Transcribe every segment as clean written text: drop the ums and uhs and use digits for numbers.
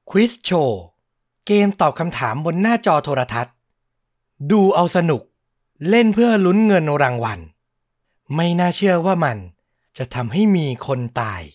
ควิสโชว์เกมตอบคำถามบนหน้าจอโทรทัศน์ดูเอาสนุกเล่นเพื่อลุ้นเงินรางวัลไม่น่าเชื่อว่ามันจะทำให้มีคนตาย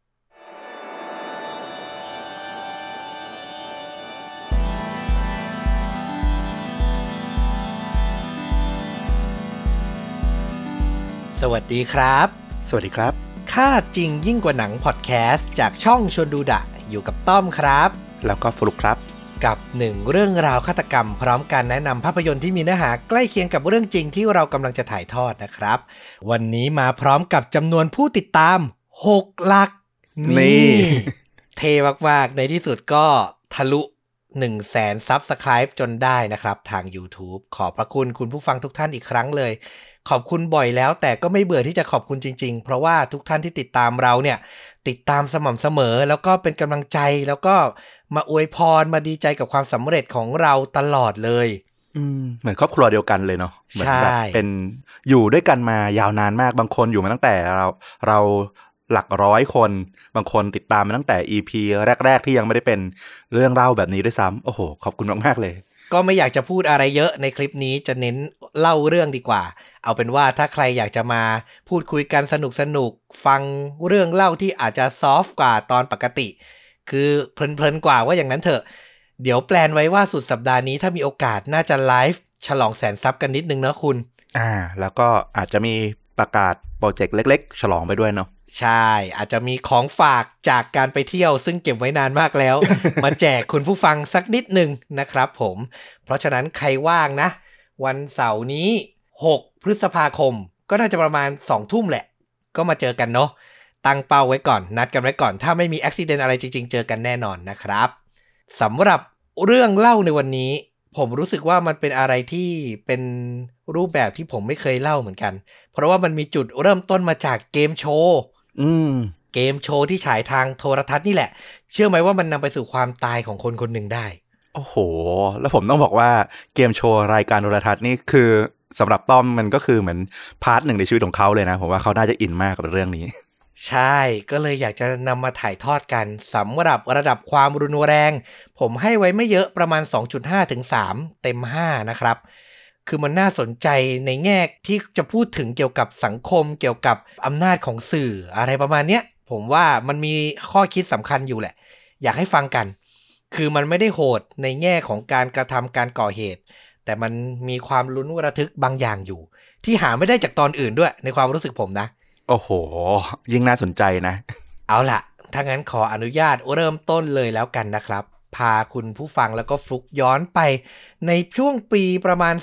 สวัสดีครับสวัสดีครับค่าจริงยิ่งกว่าหนังพอดแคสต์จากช่องชวนดูดะอยู่กับต้อมครับแล้วก็ฟลุกครับกับ1เรื่องราวฆาตกรรมพร้อมการแนะนำภาพยนตร์ที่มีเนื้อหาใกล้เคียงกับเรื่องจริงที่เรากำลังจะถ่ายทอดนะครับวันนี้มาพร้อมกับจำนวนผู้ติดตาม6 หลักนี่เท่มากๆในที่สุดก็ทะลุ 100,000 Subscribe จนได้นะครับทาง YouTube ขอบพระคุณคุณผู้ฟังทุกท่านอีกครั้งเลยขอบคุณบ่อยแล้วแต่ก็ไม่เบื่อที่จะขอบคุณจริงๆเพราะว่าทุกท่านที่ติดตามเราเนี่ยติดตามสม่ำเสมอแล้วก็เป็นกำลังใจแล้วก็มาอวยพรมาดีใจกับความสำเร็จของเราตลอดเลยเหมือนครอบครัวเดียวกันเลยเนาะเหมือนแบบเป็นอยู่ด้วยกันมายาวนานมากบางคนอยู่มาตั้งแต่เราหลักร้อยคนบางคนติดตามมาตั้งแต่ EP แรกๆที่ยังไม่ได้เป็นเรื่องเล่าแบบนี้ด้วยซ้ำโอ้โหขอบคุณมากๆเลยก็ไม่อยากจะพูดอะไรเยอะในคลิปนี้จะเน้นเล่าเรื่องดีกว่าเอาเป็นว่าถ้าใครอยากจะมาพูดคุยกันสนุกฟังเรื่องเล่าที่อาจจะซอฟต์กว่าตอนปกติคือเพลินๆกว่าว่าอย่างนั้นเถอะเดี๋ยวแปลนไว้ว่าสุดสัปดาห์นี้ถ้ามีโอกาสน่าจะไลฟ์ฉลอง100,000 ซับกันนิดนึงนะคุณแล้วก็อาจจะมีประกาศโปรเจกต์เล็กๆฉลองไปด้วยเนาะใช่อาจจะมีของฝากจากการไปเที่ยวซึ่งเก็บไว้นานมากแล้ว มาแจกคุณผู้ฟังสักนิดนึงนะครับผมเพราะฉะนั้นใครว่างนะวันเสาร์นี้6 พฤษภาคมก็น่าจะประมาณ 20:00 นแหละก็มาเจอกันเนาะตั้งเป้าไว้ก่อนนัดกันไว้ก่อนถ้าไม่มีอุบัติเหตุอะไรจริงๆเจอกันแน่นอนนะครับสำหรับเรื่องเล่าในวันนี้ผมรู้สึกว่ามันเป็นอะไรที่เป็นรูปแบบที่ผมไม่เคยเล่าเหมือนกันเพราะว่ามันมีจุดเริ่มต้นมาจากเกมโชว์เกมโชว์ที่ฉายทางโทรทัศน์นี่แหละเชื่อไหมว่ามันนำไปสู่ความตายของคนคนหนึ่งได้โอ้โหแล้วผมต้องบอกว่าเกมโชว์รายการโทรทัศน์นี่คือสำหรับต้อมมันก็คือเหมือนพาร์ทหนึ่งในชีวิตของเขาเลยนะผมว่าเขาน่าจะอินมากกับเรื่องนี้ใช่ก็เลยอยากจะนำมาถ่ายทอดกันสำหรับระดับความรุนแรงผมให้ไว้ไม่เยอะประมาณ 2.5 ถึง 3 เต็ม 5นะครับคือมันน่าสนใจในแง่ที่จะพูดถึงเกี่ยวกับสังคมเกี่ยวกับอำนาจของสื่ออะไรประมาณเนี้ยผมว่ามันมีข้อคิดสำคัญอยู่แหละอยากให้ฟังกันคือมันไม่ได้โหดในแง่ของการกระทำการก่อเหตุแต่มันมีความลุ้นระทึกบางอย่างอยู่ที่หาไม่ได้จากตอนอื่นด้วยในความรู้สึกผมนะโอ้โหยิ่งน่าสนใจนะเอาล่ะถ้างั้นขออนุญาตเริ่มต้นเลยแล้วกันนะครับพาคุณผู้ฟังแล้วก็ฟลุกย้อนไปในช่วงปีประมาณ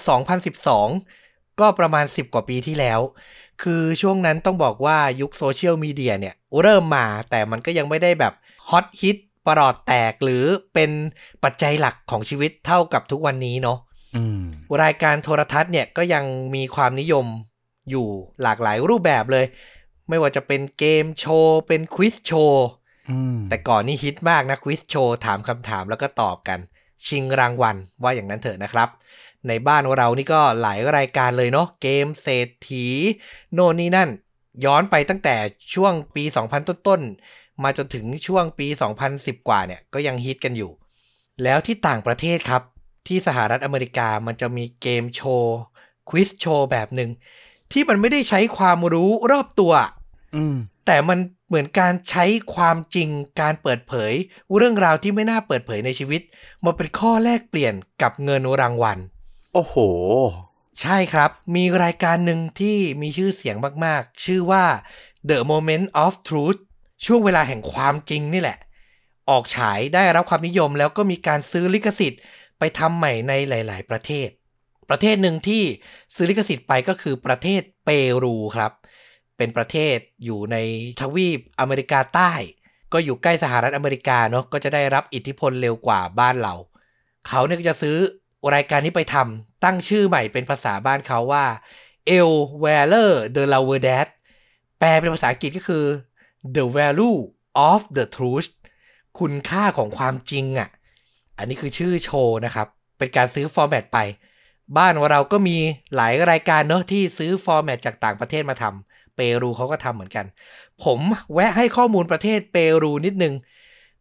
2012 ก็ประมาณ10 กว่าปีที่แล้วคือช่วงนั้นต้องบอกว่ายุคโซเชียลมีเดียเนี่ยเริ่มมาแต่มันก็ยังไม่ได้แบบฮอตฮิตประหลอดแตกหรือเป็นปัจจัยหลักของชีวิตเท่ากับทุกวันนี้เนาะรายการโทรทัศน์เนี่ยก็ยังมีความนิยมอยู่หลากหลายรูปแบบเลยไม่ว่าจะเป็นเกมโชว์เป็นควิสโชว์แต่ก่อนนี่ฮิตมากนะควิสโชว์ถามคำถามแล้วก็ตอบกันชิงรางวัลว่าอย่างนั้นเถอะนะครับในบ้านเรานี่ก็หลายรายการเลยเนาะเกมเศรษฐีโน่นนี่นั่นย้อนไปตั้งแต่ช่วงปี 2000 ต้นๆมาจนถึงช่วงปี 2010 กว่าเนี่ยก็ยังฮิตกันอยู่แล้วที่ต่างประเทศครับที่สหรัฐอเมริกามันจะมีเกมโชว์ควิสโชว์แบบหนึ่งที่มันไม่ได้ใช้ความรู้รอบตัวแต่มันเหมือนการใช้ความจริงการเปิดเผยเรื่องราวที่ไม่น่าเปิดเผยในชีวิตมาเป็นข้อแลกเปลี่ยนกับเงินรางวัลโอ้โหใช่ครับมีรายการหนึ่งที่มีชื่อเสียงมากๆชื่อว่า The Moment of Truth ช่วงเวลาแห่งความจริงนี่แหละออกฉายได้รับความนิยมแล้วก็มีการซื้อลิขสิทธิ์ไปทำใหม่ในหลายๆประเทศหนึ่งที่ซื้อลิขสิทธิ์ไปก็คือประเทศเปรูครับเป็นประเทศอยู่ในทวีปอเมริกาใต้ก็อยู่ใกล้สหรัฐอเมริกาเนาะก็จะได้รับอิทธิพลเร็วกว่าบ้านเราเขาเนี่ยจะซื้อรายการนี้ไปทำตั้งชื่อใหม่เป็นภาษาบ้านเขาว่า El Valor de la Verdad แปลเป็นภาษาอังกฤษก็คือ The Value of the Truth คุณค่าของความจริงอ่ะอันนี้คือชื่อโชว์นะครับเป็นการซื้อฟอร์แมตไปบ้านเราก็มีหลายรายการเนอะที่ซื้อฟอร์แมตจากต่างประเทศมาทำเปรูเขาก็ทำเหมือนกันผมแวะให้ข้อมูลประเทศเปรูนิดนึง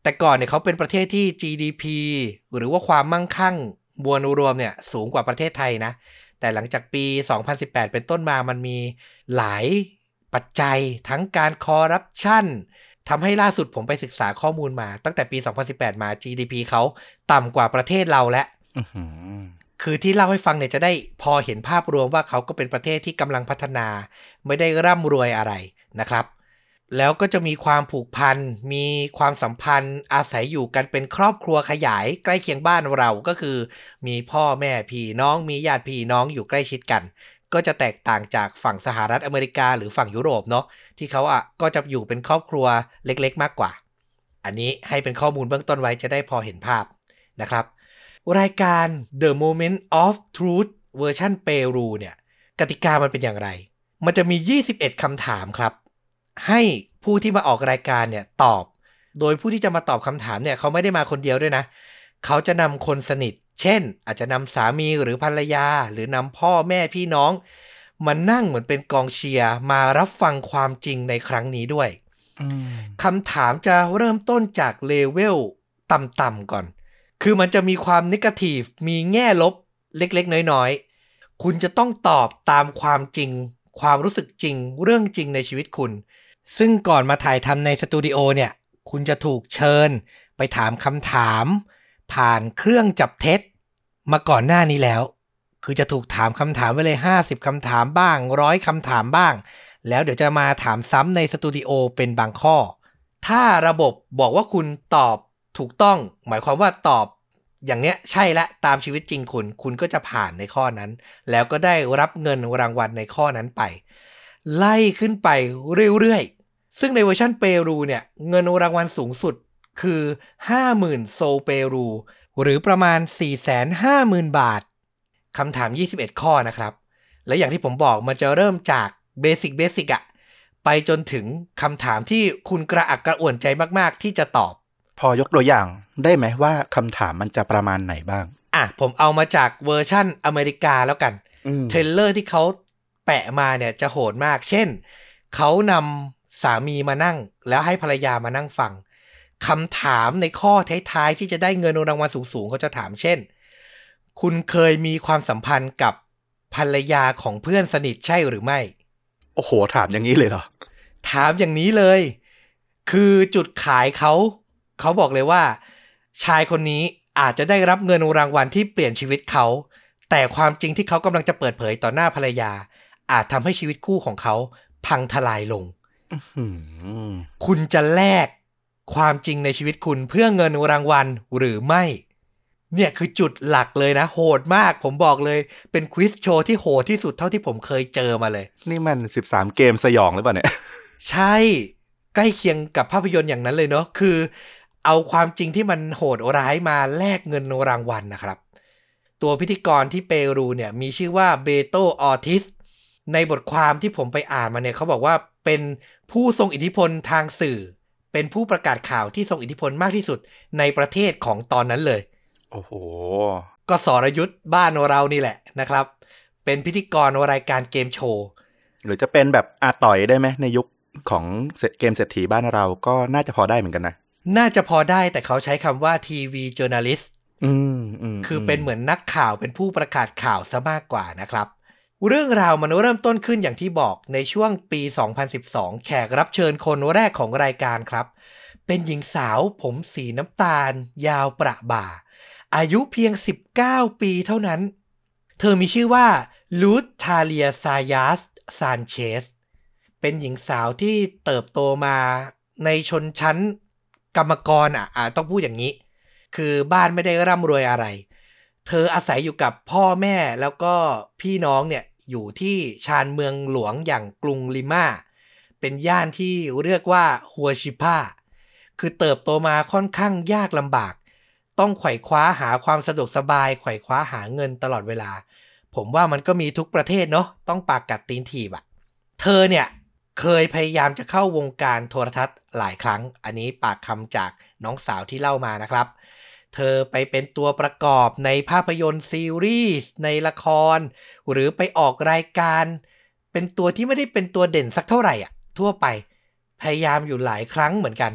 แต่ก่อนเนี่ยเขาเป็นประเทศที่ GDP หรือว่าความมั่งคั่งมวลรวมเนี่ยสูงกว่าประเทศไทยนะแต่หลังจากปี 2018 เป็นต้นมามันมีหลายปัจจัยทั้งการคอร์รัปชันทำให้ล่าสุดผมไปศึกษาข้อมูลมาตั้งแต่ปี 2018 มา GDP เขาต่ำกว่าประเทศเราและคือที่เล่าให้ฟังเนี่ยจะได้พอเห็นภาพรวมว่าเขาก็เป็นประเทศที่กำลังพัฒนาไม่ได้ร่ำรวยอะไรนะครับแล้วก็จะมีความผูกพันมีความสัมพันธ์อาศัยอยู่กันเป็นครอบครัวขยายใกล้เคียงบ้านเราก็คือมีพ่อแม่พี่น้องมีญาติพี่น้องอยู่ใกล้ชิดกันก็จะแตกต่างจากฝั่งสหรัฐอเมริกาหรือฝั่งยุโรปเนาะที่เขาก็จะอยู่เป็นครอบครัวเล็กๆมากกว่าอันนี้ให้เป็นข้อมูลเบื้องต้นไว้จะได้พอเห็นภาพนะครับรายการ The Moment of Truth เวอร์ชันเปรูเนี่ยกติกามันเป็นอย่างไรมันจะมี21คำถามครับให้ผู้ที่มาออกรายการเนี่ยตอบโดยผู้ที่จะมาตอบคำถามเนี่ยเขาไม่ได้มาคนเดียวด้วยนะเขาจะนำคนสนิทเช่นอาจจะนำสามีหรือภรรยาหรือนำพ่อแม่พี่น้องมานั่งเหมือนเป็นกองเชียร์มารับฟังความจริงในครั้งนี้ด้วยคำถามจะเริ่มต้นจากเลเวลต่ำๆก่อนคือมันจะมีความเนกาทีฟมีแง่ลบเล็กๆน้อยๆคุณจะต้องตอบตามความจริงความรู้สึกจริงเรื่องจริงในชีวิตคุณซึ่งก่อนมาถ่ายทำในสตูดิโอเนี่ยคุณจะถูกเชิญไปถามคำถามผ่านเครื่องจับเท็จมาก่อนหน้านี้แล้วคือจะถูกถามคำถามไว้เลย50คำถามบ้าง100คำถามบ้างแล้วเดี๋ยวจะมาถามซ้ำในสตูดิโอเป็นบางข้อถ้าระบบบอกว่าคุณตอบถูกต้องหมายความว่าตอบอย่างเนี้ยใช่ละตามชีวิตจริงคุณก็จะผ่านในข้อนั้นแล้วก็ได้รับเงินรางวัลในข้อนั้นไปไล่ขึ้นไปเรื่อยๆซึ่งในเวอร์ชันเปรูเนี่ยเงินรางวัลสูงสุดคือ 50,000 โซลเปรูหรือประมาณ 450,000 บาทคำถาม21ข้อนะครับและอย่างที่ผมบอกมันจะเริ่มจากเบสิกไปจนถึงคำถามที่คุณกระอักกระอ่วนใจมากๆที่จะตอบพอยกตัวอย่างได้ไหมว่าคำถามมันจะประมาณไหนบ้างผมเอามาจากเวอร์ชั่นอเมริกาแล้วกันเทรลเลอร์ที่เขาแปะมาเนี่ยจะโหดมากเช่นเขานำสามีมานั่งแล้วให้ภรรยามานั่งฟังคำถามในข้อท้ายๆที่จะได้เงินรางวัลสูงๆเขาจะถามเช่นคุณเคยมีความสัมพันธ์กับภรรยาของเพื่อนสนิทใช่หรือไม่โอ้โหถามอย่างนี้เลยเหรอถามอย่างนี้เลยคือจุดขายเขาบอกเลยว่าชายคนนี้อาจจะได้รับเงินรางวัลที่เปลี่ยนชีวิตเขาแต่ความจริงที่เขากำลังจะเปิดเผยต่อหน้าภรรยาอาจทำให้ชีวิตคู่ของเขาพังทลายลงคุณจะแลกความจริงในชีวิตคุณเพื่อเงินรางวัลหรือไม่เนี่ยคือจุดหลักเลยนะโหดมากผมบอกเลยเป็นควิซโชว์ที่โหดที่สุดเท่าที่ผมเคยเจอมาเลยนี่มัน13เกมสยองหรือเปล่าเนี่ยใช่ใกล้เคียงกับภาพยนตร์อย่างนั้นเลยเนาะคือเอาความจริงที่มันโหดร้ายมาแลกเงินรางวัลนะครับตัวพิธีกรที่เปรูเนี่ยมีชื่อว่าเบโตออทิสในบทความที่ผมไปอ่านมาเนี่ยเขาบอกว่าเป็นผู้ทรงอิทธิพลทางสื่อเป็นผู้ประกาศข่าวที่ทรงอิทธิพลมากที่สุดในประเทศของตอนนั้นเลยโอ้โหก็สรยุทธบ้านเรานี่แหละนะครับเป็นพิธีกรรายการเกมโชว์หรือจะเป็นแบบอาต่อยได้ไหมในยุคของเกมเศรษฐีบ้านเราก็น่าจะพอได้เหมือนกันนะน่าจะพอได้แต่เขาใช้คำว่าทีวีจอร์นัลิสต์คือเป็นเหมือนนักข่าวเป็นผู้ประกาศข่าวซะมากกว่านะครับเรื่องราวมันเริ่มต้นขึ้นอย่างที่บอกในช่วงปี 2012 แขกรับเชิญคนแรกของรายการครับเป็นหญิงสาวผมสีน้ำตาลยาวประบ่าอายุเพียง19ปีเท่านั้นเธอมีชื่อว่าลูทาเลียซายาสซานเชสเป็นหญิงสาวที่เติบโตมาในชนชั้นกรรมกรต้องพูดอย่างนี้คือบ้านไม่ได้ร่ำรวยอะไรเธออาศัยอยู่กับพ่อแม่แล้วก็พี่น้องเนี่ยอยู่ที่ชานเมืองหลวงอย่างกรุงลิมาเป็นย่านที่เรียกว่าฮัวชิพาคือเติบโตมาค่อนข้างยากลำบากต้องไขว่คว้าหาความสะดวกสบายไขว่คว้าหาเงินตลอดเวลาผมว่ามันก็มีทุกประเทศเนาะต้องปากกัดตีนถีบเธอเนี่ยเคยพยายามจะเข้าวงการโทรทัศน์หลายครั้งอันนี้ปากคำจากน้องสาวที่เล่ามานะครับเธอไปเป็นตัวประกอบในภาพยนตร์ซีรีส์ในละครหรือไปออกรายการเป็นตัวที่ไม่ได้เป็นตัวเด่นสักเท่าไหร่ทั่วไปพยายามอยู่หลายครั้งเหมือนกัน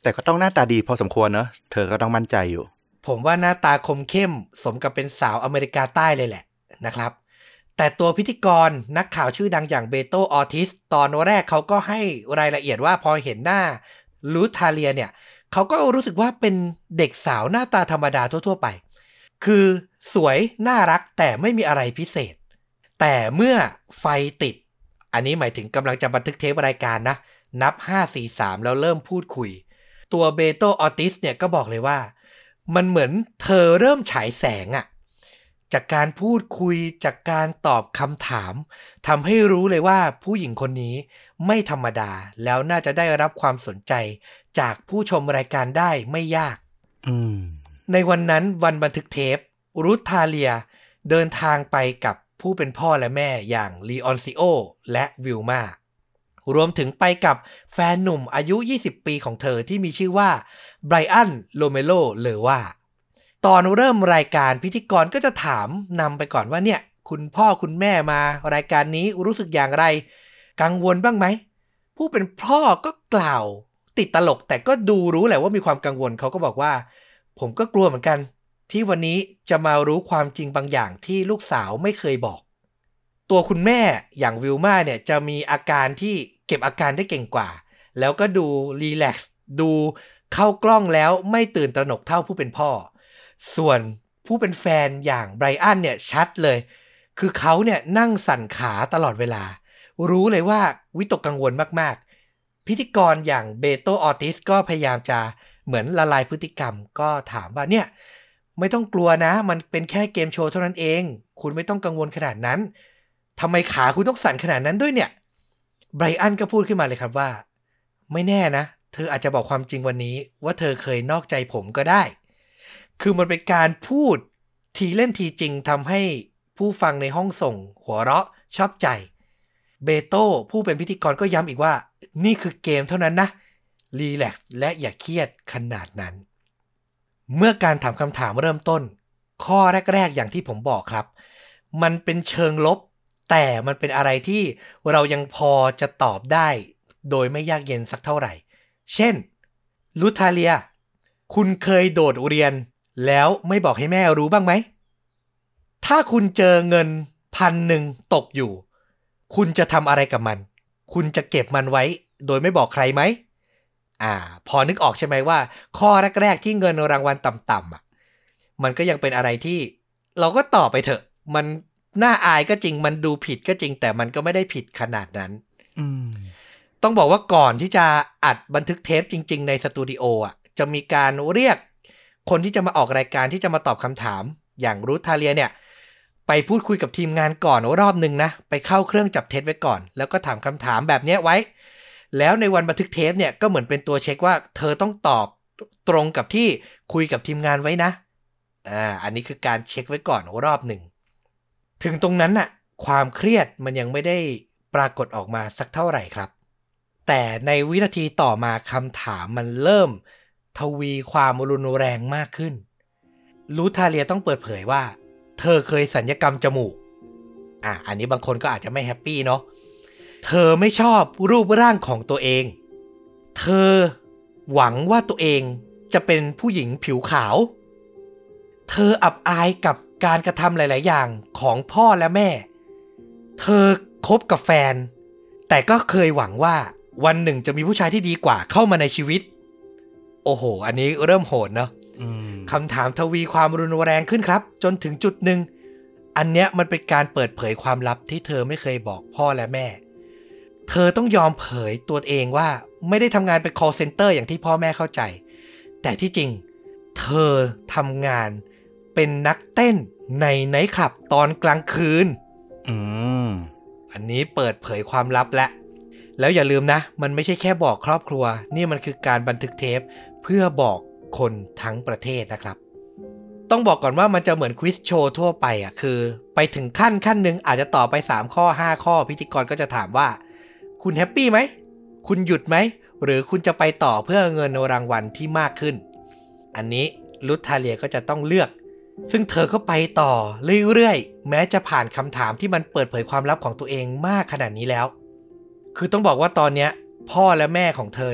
แต่ก็ต้องหน้าตาดีพอสมควรเนอะเธอก็ต้องมั่นใจอยู่ผมว่าหน้าตาคมเข้มสมกับเป็นสาวอเมริกาใต้เลยแหละนะครับแต่ตัวพิธีกรนักข่าวชื่อดังอย่างเบโตออร์ติสตอนแรกเขาก็ให้รายละเอียดว่าพอเห็นหน้าลูทาเลียเนี่ยเขาก็รู้สึกว่าเป็นเด็กสาวหน้าตาธรรมดาทั่วๆไปคือสวยน่ารักแต่ไม่มีอะไรพิเศษแต่เมื่อไฟติดอันนี้หมายถึงกำลังจะบันทึกเทปรายการนะนับ5 4 3แล้วเริ่มพูดคุยตัวเบโตออร์ติสเนี่ยก็บอกเลยว่ามันเหมือนเธอเริ่มฉายแสงอะจากการพูดคุยจากการตอบคำถามทำให้รู้เลยว่าผู้หญิงคนนี้ไม่ธรรมดาแล้วน่าจะได้รับความสนใจจากผู้ชมรายการได้ไม่ยากในวันนั้นวันบันทึกเทปรูธทาเลียเดินทางไปกับผู้เป็นพ่อและแม่อย่างลีออนซิโอและวิลมารวมถึงไปกับแฟนหนุ่มอายุ20 ปีของเธอที่มีชื่อว่าไบรอันโลเมโลเลอว่าตอนเริ่มรายการพิธีกรก็จะถามนำไปก่อนว่าเนี่ยคุณพ่อคุณแม่มารายการนี้รู้สึกอย่างไรกังวลบ้างไหมผู้เป็นพ่อก็กล่าวติดตลกแต่ก็ดูรู้แหละว่ามีความกังวลเขาก็บอกว่าผมก็กลัวเหมือนกันที่วันนี้จะมารู้ความจริงบางอย่างที่ลูกสาวไม่เคยบอกตัวคุณแม่อย่างวิลมาเนี่ยจะมีอาการที่เก็บอาการได้เก่งกว่าแล้วก็ดูรีแลกซ์ดูเข้ากล้องแล้วไม่ตื่นตระหนกเท่าผู้เป็นพ่อส่วนผู้เป็นแฟนอย่างไบรอันเนี่ยชัดเลยคือเขาเนี่ยนั่งสั่นขาตลอดเวลารู้เลยว่าวิตกกังวลมากๆพิธีกรอย่างเบโตออร์ติสก็พยายามจะเหมือนละลายพฤติกรรมก็ถามว่าเนี่ยไม่ต้องกลัวนะมันเป็นแค่เกมโชว์เท่านั้นเองคุณไม่ต้องกังวลขนาดนั้นทำไมขาคุณต้องสั่นขนาดนั้นด้วยเนี่ยไบรอันก็พูดขึ้นมาเลยครับว่าไม่แน่นะเธออาจจะบอกความจริงวันนี้ว่าเธอเคยนอกใจผมก็ได้คือมันเป็นการพูดทีเล่นทีจริงทำให้ผู้ฟังในห้องส่งหัวเราะชอบใจเบโต้ผู้เป็นพิธีกรก็ย้ำอีกว่านี่คือเกมเท่านั้นนะรีแลกซ์และอย่าเครียดขนาดนั้นเมื่อการถามคำถามเริ่มต้นข้อแรกๆอย่างที่ผมบอกครับมันเป็นเชิงลบแต่มันเป็นอะไรที่เรายังพอจะตอบได้โดยไม่ยากเย็นสักเท่าไหร่เช่นลูทาเลียคุณเคยโดดเรียนแล้วไม่บอกให้แม่รู้บ้างไหมถ้าคุณเจอเงิน1,000ตกอยู่คุณจะทำอะไรกับมันคุณจะเก็บมันไว้โดยไม่บอกใครไหมพอนึกออกใช่ไหมว่าข้อแรกๆที่เงินรางวัลต่ำๆมันก็ยังเป็นอะไรที่เราก็ตอบไปเถอะมันน่าอายก็จริงมันดูผิดก็จริงแต่มันก็ไม่ได้ผิดขนาดนั้นต้องบอกว่าก่อนที่จะอัดบันทึกเทปจริงๆในสตูดิโอจะมีการเรียกคนที่จะมาออกรายการที่จะมาตอบคำถามอย่างรูธทาเลียเนี่ยไปพูดคุยกับทีมงานก่อนรอบนึงนะไปเข้าเครื่องจับเท็จไว้ก่อนแล้วก็ถามคำถามแบบนี้ไว้แล้วในวันบันทึกเทปเนี่ยก็เหมือนเป็นตัวเช็คว่าเธอต้องตอบตรงกับที่คุยกับทีมงานไว้นะอันนี้คือการเช็คไว้ก่อนรอบหนึ่งถึงตรงนั้นน่ะความเครียดมันยังไม่ได้ปรากฏออกมาสักเท่าไหร่ครับแต่ในวินาทีต่อมาคำถามมันเริ่มทวีความรุนแรงมากขึ้นลูทาเลียต้องเปิดเผยว่าเธอเคยศัลยกรรมจมูกอันนี้บางคนก็อาจจะไม่แฮปปี้เนาะเธอไม่ชอบรูปร่างของตัวเองเธอหวังว่าตัวเองจะเป็นผู้หญิงผิวขาวเธออับอายกับการกระทำหลายๆอย่างของพ่อและแม่เธอคบกับแฟนแต่ก็เคยหวังว่าวันหนึ่งจะมีผู้ชายที่ดีกว่าเข้ามาในชีวิตโอ้โหอันนี้เริ่มโหดเนาะคำถามทวีความรุนแรงขึ้นครับจนถึงจุดหนึ่งอันเนี้ยมันเป็นการเปิดเผยความลับที่เธอไม่เคยบอกพ่อและแม่เธอต้องยอมเผยตัวเองว่าไม่ได้ทำงานเป็น call center อย่างที่พ่อแม่เข้าใจแต่ที่จริงเธอทำงานเป็นนักเต้นในไนท์คลับตอนกลางคืนอันนี้เปิดเผยความลับแล้วอย่าลืมนะมันไม่ใช่แค่บอกครอบครัวนี่มันคือการบันทึกเทปเพื่อบอกคนทั้งประเทศนะครับต้องบอกก่อนว่ามันจะเหมือนควิซโชว์ทั่วไปคือไปถึงขั้นหนึ่งอาจจะตอบไป3ข้อ5ข้อพิธีกรก็จะถามว่าคุณแฮปปี้ไหมคุณหยุดไหมหรือคุณจะไปต่อเพื่อเงินรางวัลที่มากขึ้นอันนี้ลูทาเลียก็จะต้องเลือกซึ่งเธอก็ไปต่อเรื่อยๆแม้จะผ่านคำถามที่มันเปิดเผยความลับของตัวเองมากขนาดนี้แล้วคือต้องบอกว่าตอนนี้พ่อและแม่ของเธอเนี่ย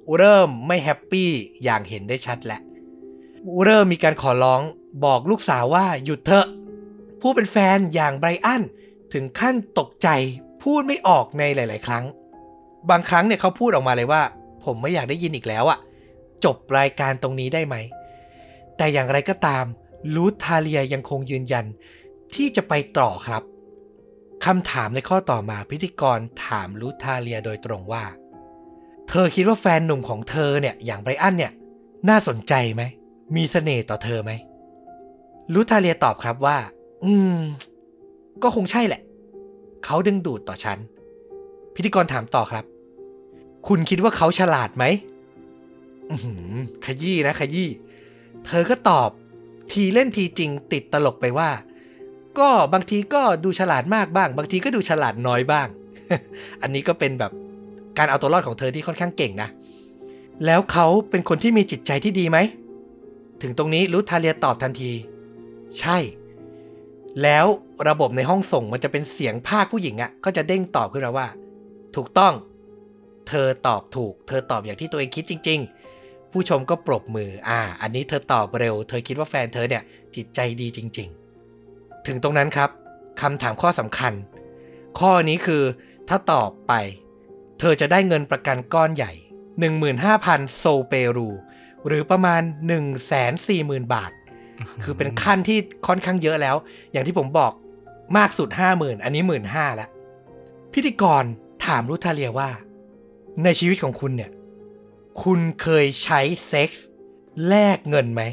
เริ่มไม่แฮปปี้อย่างเห็นได้ชัดแล้วเริ่มมีการขอร้องบอกลูกสาวว่าหยุดเถอะผู้เป็นแฟนอย่างไบรอันถึงขั้นตกใจพูดไม่ออกในหลายๆครั้งบางครั้งเนี่ยเขาพูดออกมาเลยว่าผมไม่อยากได้ยินอีกแล้วอะจบรายการตรงนี้ได้ไหมแต่อย่างไรก็ตามลูทาเลียยังคงยืนยันที่จะไปต่อครับคำถามในข้อต่อมาพิธีกรถามลูทาเลียโดยตรงว่าเธอคิดว่าแฟนหนุ่มของเธอเนี่ยอย่างไบรอันเนี่ยน่าสนใจไหมมีเสน่ห์ต่อเธอไหมลูทาเลียตอบครับว่าก็คงใช่แหละเขาดึงดูดต่อฉันพิธีกรถามต่อครับคุณคิดว่าเขาฉลาดไหมขยี้นะขยี้เธอก็ตอบทีเล่นทีจริงติดตลกไปว่าก็บางทีก็ดูฉลาดมากบ้างบางทีก็ดูฉลาดน้อยบ้าง อันนี้ก็เป็นแบบการเอาตัวรอดของเธอที่ค่อนข้างเก่งนะแล้วเขาเป็นคนที่มีจิตใจที่ดีไหมถึงตรงนี้ลูทาเลียตอบทันทีใช่แล้วระบบในห้องส่งมันจะเป็นเสียงภาคผู้หญิงอ่ะก็จะเด้งตอบขึ้นมาว่าถูกต้องเธอตอบถูกเธอตอบอย่างที่ตัวเองคิดจริงๆผู้ชมก็ปรบมืออันนี้เธอตอบเร็วเธอคิดว่าแฟนเธอเนี่ยจิตใจดีจริงๆถึงตรงนั้นครับคำถามข้อสำคัญข้อนี้คือถ้าตอบไปเธอจะได้เงินประกันก้อนใหญ่ 15,000 โซลเปรูหรือประมาณ 140,000 บาทคือเป็นขั้นที่ค่อนข้างเยอะแล้วอย่างที่ผมบอกมากสุด 50,000 อันนี้ 15,000 แล้วพิธีกรถามลูทาเลียว่าในชีวิตของคุณเนี่ยคุณเคยใช้เซ็กส์แลกเงินไหม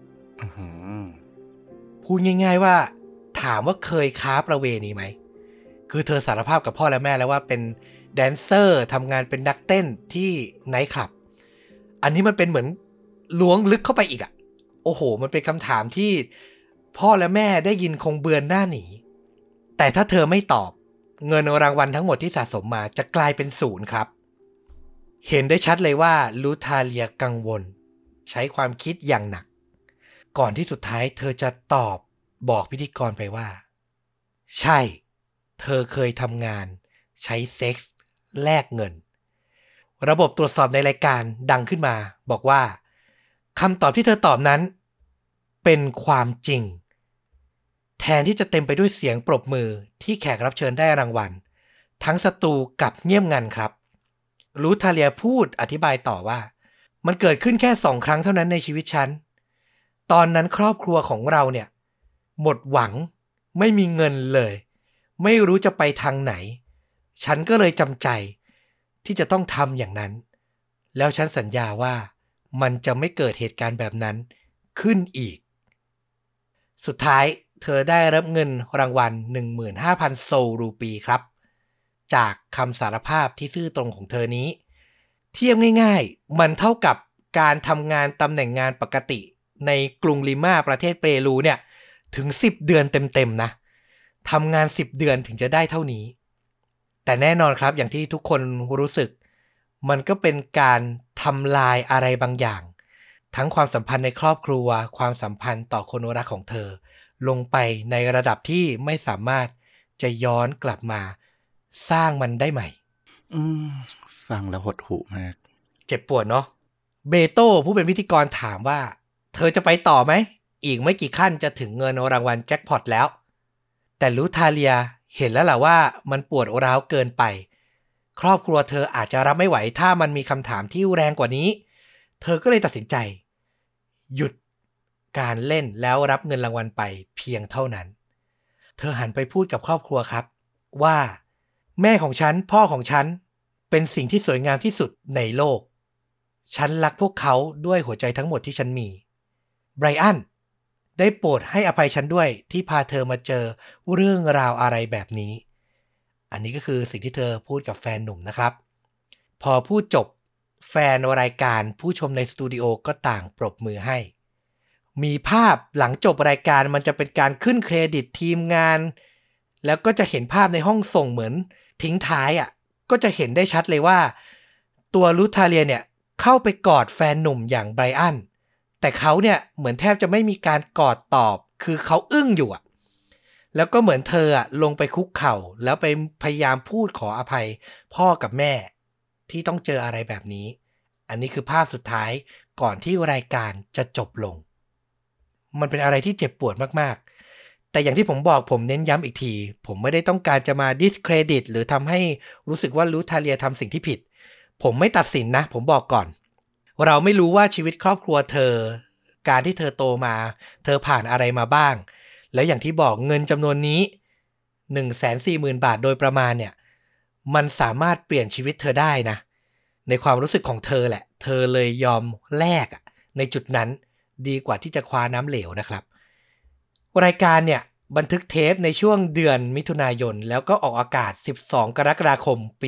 พูดง่ายๆว่าถามว่าเคยค้าประเวณีไหมคือเธอสารภาพกับพ่อและแม่แล้วว่าเป็นแดนเซอร์ทำงานเป็นนักเต้นที่ไนท์คลับอันนี้มันเป็นเหมือนล้วงลึกเข้าไปอีกโอ้โหมันเป็นคำถามที่พ่อและแม่ได้ยินคงเบือนหน้าหนีแต่ถ้าเธอไม่ตอบเงินรางวัลทั้งหมดที่สะสมมาจะกลายเป็น0ครับเห็นได้ชัดเลยว่าลูทาเลียกังวลใช้ความคิดอย่างหนักก่อนที่สุดท้ายเธอจะตอบบอกพิธีกรไปว่าใช่เธอเคยทำงานใช้เซ็กส์แลกเงินระบบตรวจสอบในรายการดังขึ้นมาบอกว่าคำตอบที่เธอตอบนั้นเป็นความจริงแทนที่จะเต็มไปด้วยเสียงปรบมือที่แขกรับเชิญได้รางวัลทั้งสตูกับเงียบงันครับลูทาเลียพูดอธิบายต่อว่ามันเกิดขึ้นแค่2 ครั้งเท่านั้นในชีวิตฉันตอนนั้นครอบครัวของเราเนี่ยหมดหวังไม่มีเงินเลยไม่รู้จะไปทางไหนฉันก็เลยจำใจที่จะต้องทำอย่างนั้นแล้วฉันสัญญาว่ามันจะไม่เกิดเหตุการณ์แบบนั้นขึ้นอีกสุดท้ายเธอได้รับเงินรางวัล 15,000 โซลรูปีครับจากคำสารภาพที่ซื่อตรงของเธอนี้เทียบง่ายๆมันเท่ากับการทำงานตำแหน่งงานปกติในกรุงลิมาประเทศเปรูเนี่ยถึง10 เดือนเต็มๆนะทำงาน10 เดือนถึงจะได้เท่านี้แต่แน่นอนครับอย่างที่ทุกคนรู้สึกมันก็เป็นการทำลายอะไรบางอย่างทั้งความสัมพันธ์ในครอบครัวความสัมพันธ์ต่อคนรักของเธอลงไปในระดับที่ไม่สามารถจะย้อนกลับมาสร้างมันได้ใหม่ฟังแล้วหดหู่มากเจ็บปวดเนาะเบโต้ผู้เป็นพิธีกรถามว่าเธอจะไปต่อไหมอีกไม่กี่ขั้นจะถึงเงินรางวัลแจ็คพอตแล้วแต่ลูทาเลียเห็นแล้วล่ะว่ามันปวดร้าวเกินไปครอบครัวเธออาจจะรับไม่ไหวถ้ามันมีคำถามที่แรงกว่านี้เธอก็เลยตัดสินใจหยุดการเล่นแล้วรับเงินรางวัลไปเพียงเท่านั้นเธอหันไปพูดกับครอบครัวครับว่าแม่ของฉันพ่อของฉันเป็นสิ่งที่สวยงามที่สุดในโลกฉันรักพวกเขาด้วยหัวใจทั้งหมดที่ฉันมีไบรอันได้โปรดให้อภัยฉันด้วยที่พาเธอมาเจอเรื่องราวอะไรแบบนี้อันนี้ก็คือสิ่งที่เธอพูดกับแฟนหนุ่มนะครับพอพูดจบแฟนรายการผู้ชมในสตูดิโอก็ต่างปรบมือให้มีภาพหลังจบรายการมันจะเป็นการขึ้นเครดิตทีมงานแล้วก็จะเห็นภาพในห้องส่งเหมือนทิ้งท้ายก็จะเห็นได้ชัดเลยว่าตัวลูทาเลียเนี่ยเข้าไปกอดแฟนหนุ่มอย่างไบรอันแต่เขาเนี่ยเหมือนแทบจะไม่มีการกอดตอบคือเขาอึ้งอยู่แล้วก็เหมือนเธอลงไปคุกเข่าแล้วไปพยายามพูดขออภัยพ่อกับแม่ที่ต้องเจออะไรแบบนี้อันนี้คือภาพสุดท้ายก่อนที่รายการจะจบลงมันเป็นอะไรที่เจ็บปวดมากๆแต่อย่างที่ผมบอกผมเน้นย้ำอีกทีผมไม่ได้ต้องการจะมา discredit หรือทำให้รู้สึกว่าลูทาเลียทำสิ่งที่ผิดผมไม่ตัดสินนะผมบอกก่อนเราไม่รู้ว่าชีวิตครอบครัวเธอการที่เธอโตมาเธอผ่านอะไรมาบ้างแล้วอย่างที่บอกเงินจำนวนนี้ 140,000 บาทโดยประมาณเนี่ยมันสามารถเปลี่ยนชีวิตเธอได้นะในความรู้สึกของเธอแหละเธอเลยยอมแลกในจุดนั้นดีกว่าที่จะคว้าน้ำเหลวนะครับรายการเนี่ยบันทึกเทปในช่วงเดือนมิถุนายนแล้วก็ออกอากาศ12กรกฎาคมปี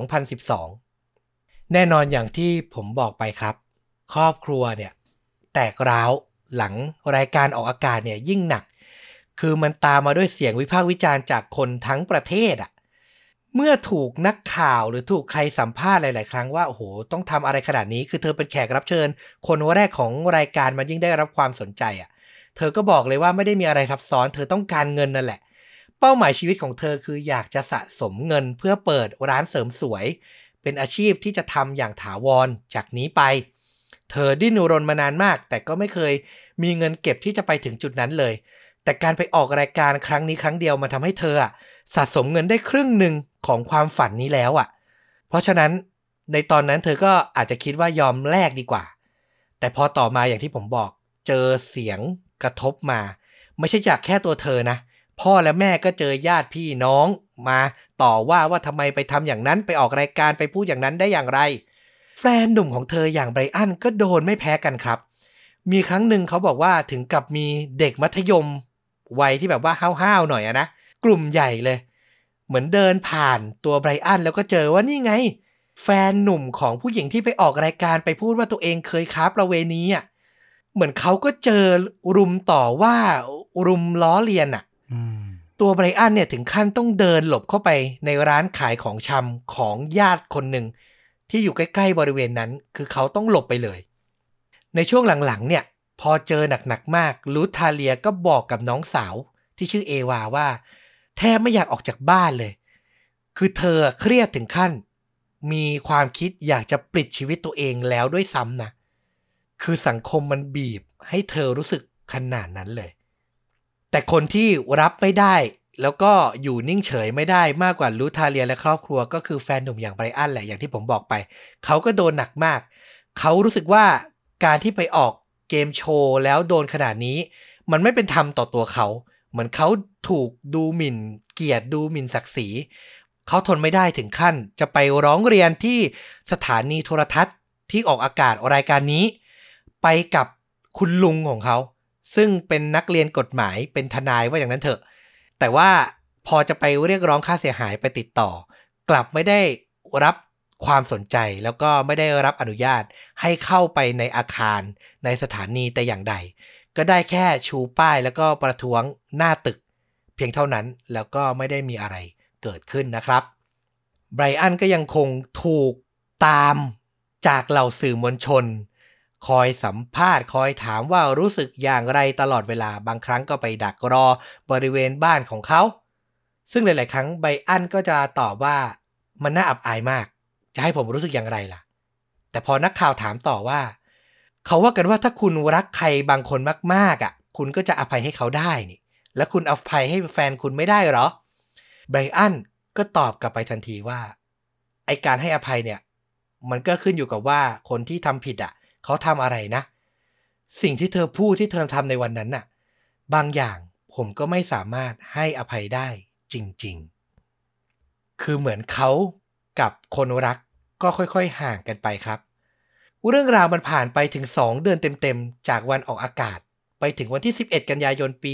2012แน่นอนอย่างที่ผมบอกไปครับครอบครัวเนี่ยแตกร้าวหลังรายการออกอากาศเนี่ยยิ่งหนักคือมันตามมาด้วยเสียงวิพากษ์วิจารณ์จากคนทั้งประเทศเมื่อถูกนักข่าวหรือถูกใครสัมภาษณ์หลายๆครั้งว่าโอ้โหต้องทำอะไรขนาดนี้คือเธอเป็นแขกรับเชิญคนแรกของรายการมันยิ่งได้รับความสนใจเธอก็บอกเลยว่าไม่ได้มีอะไรซับซ้อนเธอต้องการเงินนั่นแหละเป้าหมายชีวิตของเธอคืออยากจะสะสมเงินเพื่อเปิดร้านเสริมสวยเป็นอาชีพที่จะทำอย่างถาวรจากนี้ไปเธอดิ้นรนมานานมากแต่ก็ไม่เคยมีเงินเก็บที่จะไปถึงจุดนั้นเลยแต่การไปออกรายการครั้งนี้ครั้งเดียวมันทำให้เธอสะสมเงินได้ครึ่งหนึ่งของความฝันนี้แล้วเพราะฉะนั้นในตอนนั้นเธอก็อาจจะคิดว่ายอมแลกดีกว่าแต่พอต่อมาอย่างที่ผมบอกเจอเสียงกระทบมาไม่ใช่จากแค่ตัวเธอนะพ่อและแม่ก็เจอญาติพี่น้องมาต่อว่าทำไมไปทำอย่างนั้นไปออกรายการไปพูดอย่างนั้นได้อย่างไรแฟนหนุ่มของเธออย่างไบรอันก็โดนไม่แพ้กันครับมีครั้งหนึ่งเขาบอกว่าถึงกับมีเด็กมัธยมวัยที่แบบว่าห้าวๆหน่อยนะกลุ่มใหญ่เลยเหมือนเดินผ่านตัวไบรอันแล้วก็เจอว่านี่ไงแฟนหนุ่มของผู้หญิงที่ไปออกรายการไปพูดว่าตัวเองเคยค้าประเวณีเหมือนเขาก็เจอรุมต่อว่ารุมล้อเลียนตัวไบรอันเนี่ยถึงขั้นต้องเดินหลบเข้าไปในร้านขายของชำของญาติคนหนึ่งที่อยู่ใกล้ๆบริเวณนั้นคือเขาต้องหลบไปเลยในช่วงหลังๆเนี่ยพอเจอหนักๆมากลูทาเลียก็บอกกับน้องสาวที่ชื่อเอวาว่าแทบไม่อยากออกจากบ้านเลยคือเธอเครียดถึงขั้นมีความคิดอยากจะปลิดชีวิตตัวเองแล้วด้วยซ้ำนะคือสังคมมันบีบให้เธอรู้สึกขนาดนั้นเลยแต่คนที่รับไม่ได้แล้วก็อยู่นิ่งเฉยไม่ได้มากกว่าลูทาเลียและครอบครัวก็คือแฟนหนุ่มอย่างไบรอันแหละอย่างที่ผมบอกไปเขาก็โดนหนักมากเขารู้สึกว่าการที่ไปออกเกมโชว์แล้วโดนขนาดนี้มันไม่เป็นธรรมต่อตัวเขาเหมือนเขาถูกดูหมิ่นเกียรติดูหมิ่นศักดิ์ศรีเขาทนไม่ได้ถึงขั้นจะไปร้องเรียนที่สถานีโทรทัศน์ที่ออกอากาศรายการนี้ไปกับคุณลุงของเขาซึ่งเป็นนักเรียนกฎหมายเป็นทนายว่าอย่างนั้นเถอะแต่ว่าพอจะไปเรียกร้องค่าเสียหายไปติดต่อกลับไม่ได้รับความสนใจแล้วก็ไม่ได้รับอนุญาตให้เข้าไปในอาคารในสถานีแต่อย่างใดก็ได้แค่ชูป้ายแล้วก็ประท้วงหน้าตึกเพียงเท่านั้นแล้วก็ไม่ได้มีอะไรเกิดขึ้นนะครับไบรอันก็ยังคงถูกตามจากเหล่าสื่อมวลชนคอยสัมภาษณ์คอยถามว่ารู้สึกอย่างไรตลอดเวลาบางครั้งก็ไปดักรอบริเวณบ้านของเขาซึ่งหลายๆครั้งไบรอันก็จะตอบว่ามันน่าอับอายมากจะให้ผมรู้สึกอย่างไรล่ะแต่พอนักข่าวถามต่อว่าเขาว่ากันว่าถ้าคุณรักใครบางคนมากๆคุณก็จะอภัยให้เขาได้นี่แล้วคุณอภัยให้แฟนคุณไม่ได้เหรอไบรอันก็ตอบกลับไปทันทีว่าไอการให้อภัยเนี่ยมันก็ขึ้นอยู่กับว่าคนที่ทำผิดเขาทำอะไรนะสิ่งที่เธอพูดที่เธอทำในวันนั้นบางอย่างผมก็ไม่สามารถให้อภัยได้จริงๆคือเหมือนเขากับคนรักก็ค่อยๆห่างกันไปครับเรื่องราวมันผ่านไปถึง2เดือนเต็มๆจากวันออกอากาศไปถึงวันที่11กันยายนปี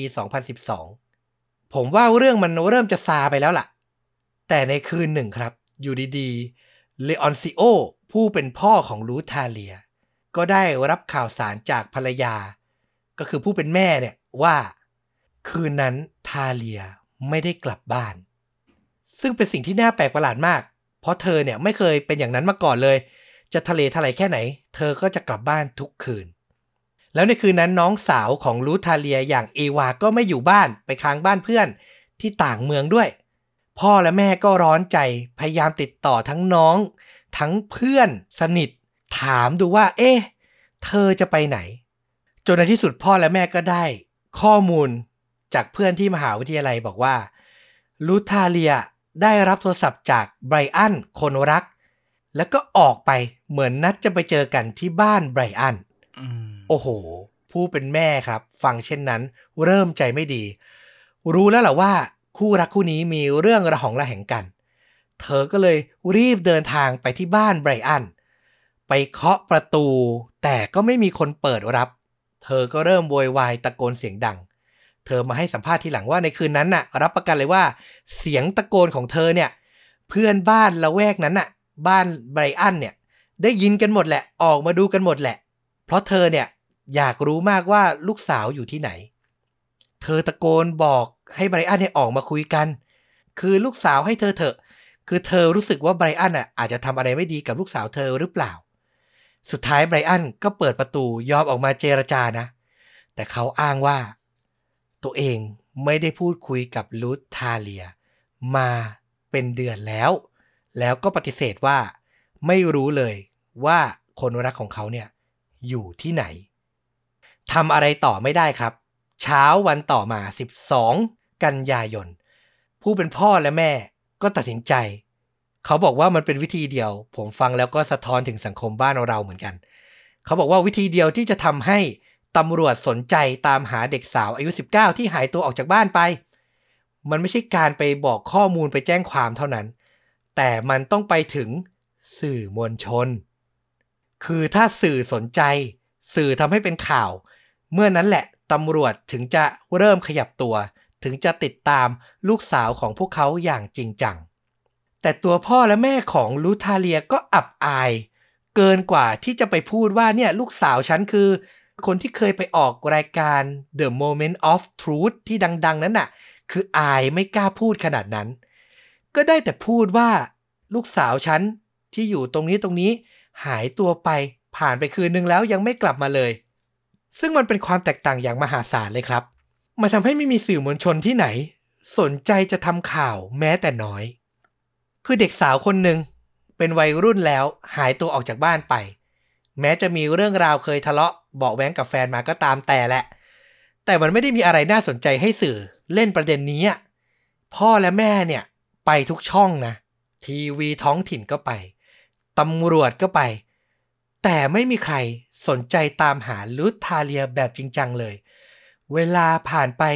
2012ผมว่าเรื่องมันเริ่มจะซาไปแล้วล่ะแต่ในคืนหนึ่งครับอยู่ดีๆเลออนซิโอผู้เป็นพ่อของลูทาเลียก็ได้รับข่าวสารจากภรรยาก็คือผู้เป็นแม่เนี่ยว่าคืนนั้นทาเลียไม่ได้กลับบ้านซึ่งเป็นสิ่งที่น่าแปลกประหลาดมากเพราะเธอเนี่ยไม่เคยเป็นอย่างนั้นมาก่อนเลยจะทะเลทลายแค่ไหนเธอก็จะกลับบ้านทุกคืนแล้วในคืนนั้นน้องสาวของลูทาเลียอย่างเอวาก็ไม่อยู่บ้านไปค้างบ้านเพื่อนที่ต่างเมืองด้วยพ่อและแม่ก็ร้อนใจพยายามติดต่อทั้งน้องทั้งเพื่อนสนิทถามดูว่าเอ๊ะเธอจะไปไหนจนในที่สุดพ่อและแม่ก็ได้ข้อมูลจากเพื่อนที่มหาวิทยาลัยบอกว่าลูทาเลียได้รับโทรศัพท์จากไบรอันคนรักแล้วก็ออกไปเหมือนนัดจะไปเจอกันที่บ้านไบรอันโอ้โหผู้เป็นแม่ครับฟังเช่นนั้นเริ่มใจไม่ดีรู้แล้วแหละว่าคู่รักคู่นี้มีเรื่องระหองระแหงกันเธอก็เลยรีบเดินทางไปที่บ้านไบรอันไปเคาะประตูแต่ก็ไม่มีคนเปิดรับเธอก็เริ่มโวยวายตะโกนเสียงดังเธอมาให้สัมภาษณ์ทีหลังว่าในคืนนั้นน่ะรับประกันเลยว่าเสียงตะโกนของเธอเนี่ยเพื่อนบ้านละแวกนั้นน่ะบ้านไบรอันเนี่ยได้ยินกันหมดแหละออกมาดูกันหมดแหละเพราะเธอเนี่ยอยากรู้มากว่าลูกสาวอยู่ที่ไหนเธอตะโกนบอกให้ไบรอันเนี่ยออกมาคุยกันคือลูกสาวให้เธอเถอะคือเธอรู้สึกว่าไบรอันอ่ะอาจจะทำอะไรไม่ดีกับลูกสาวเธอหรือเปล่าสุดท้ายไบรอันก็เปิดประตูยอมออกมาเจรจานะแต่เขาอ้างว่าตัวเองไม่ได้พูดคุยกับลูทาเลียมาเป็นเดือนแล้วก็ปฏิเสธว่าไม่รู้เลยว่าคนรักของเขาเนี่ยอยู่ที่ไหนทำอะไรต่อไม่ได้ครับเช้าวันต่อมา12กันยายนผู้เป็นพ่อและแม่ก็ตัดสินใจเขาบอกว่ามันเป็นวิธีเดียวผมฟังแล้วก็สะท้อนถึงสังคมบ้านเราเหมือนกันเขาบอกว่าวิธีเดียวที่จะทำให้ตำรวจสนใจตามหาเด็กสาวอายุ19ที่หายตัวออกจากบ้านไปมันไม่ใช่การไปบอกข้อมูลไปแจ้งความเท่านั้นแต่มันต้องไปถึงสื่อมวลชนคือถ้าสื่อสนใจสื่อทำให้เป็นข่าวเมื่อนั้นแหละตำรวจถึงจะเริ่มขยับตัวถึงจะติดตามลูกสาวของพวกเขาอย่างจริงจังแต่ตัวพ่อและแม่ของลูทาเลียก็อับอายเกินกว่าที่จะไปพูดว่าเนี่ยลูกสาวฉันคือคนที่เคยไปออกรายการ The Moment of Truth ที่ดังๆนั้นน่ะคืออายไม่กล้าพูดขนาดนั้นก็ได้แต่พูดว่าลูกสาวฉันที่อยู่ตรงนี้หายตัวไปผ่านไปคืนนึงแล้วยังไม่กลับมาเลยซึ่งมันเป็นความแตกต่างอย่างมหาศาลเลยครับมันทำให้ไม่มีสื่อมวลชนที่ไหนสนใจจะทำข่าวแม้แต่น้อยคือเด็กสาวคนหนึ่งเป็นวัยรุ่นแล้วหายตัวออกจากบ้านไปแม้จะมีเรื่องราวเคยทะเลาะเบาะแว้งกับแฟนมาก็ตามแต่มันไม่ได้มีอะไรน่าสนใจให้สื่อเล่นประเด็นนี้พ่อและแม่เนี่ยไปทุกช่องนะทีวีท้องถิ่นก็ไปตำรวจก็ไปแต่ไม่มีใครสนใจตามหาลูทาเลียแบบจริงจังเลยเวลาผ่านไป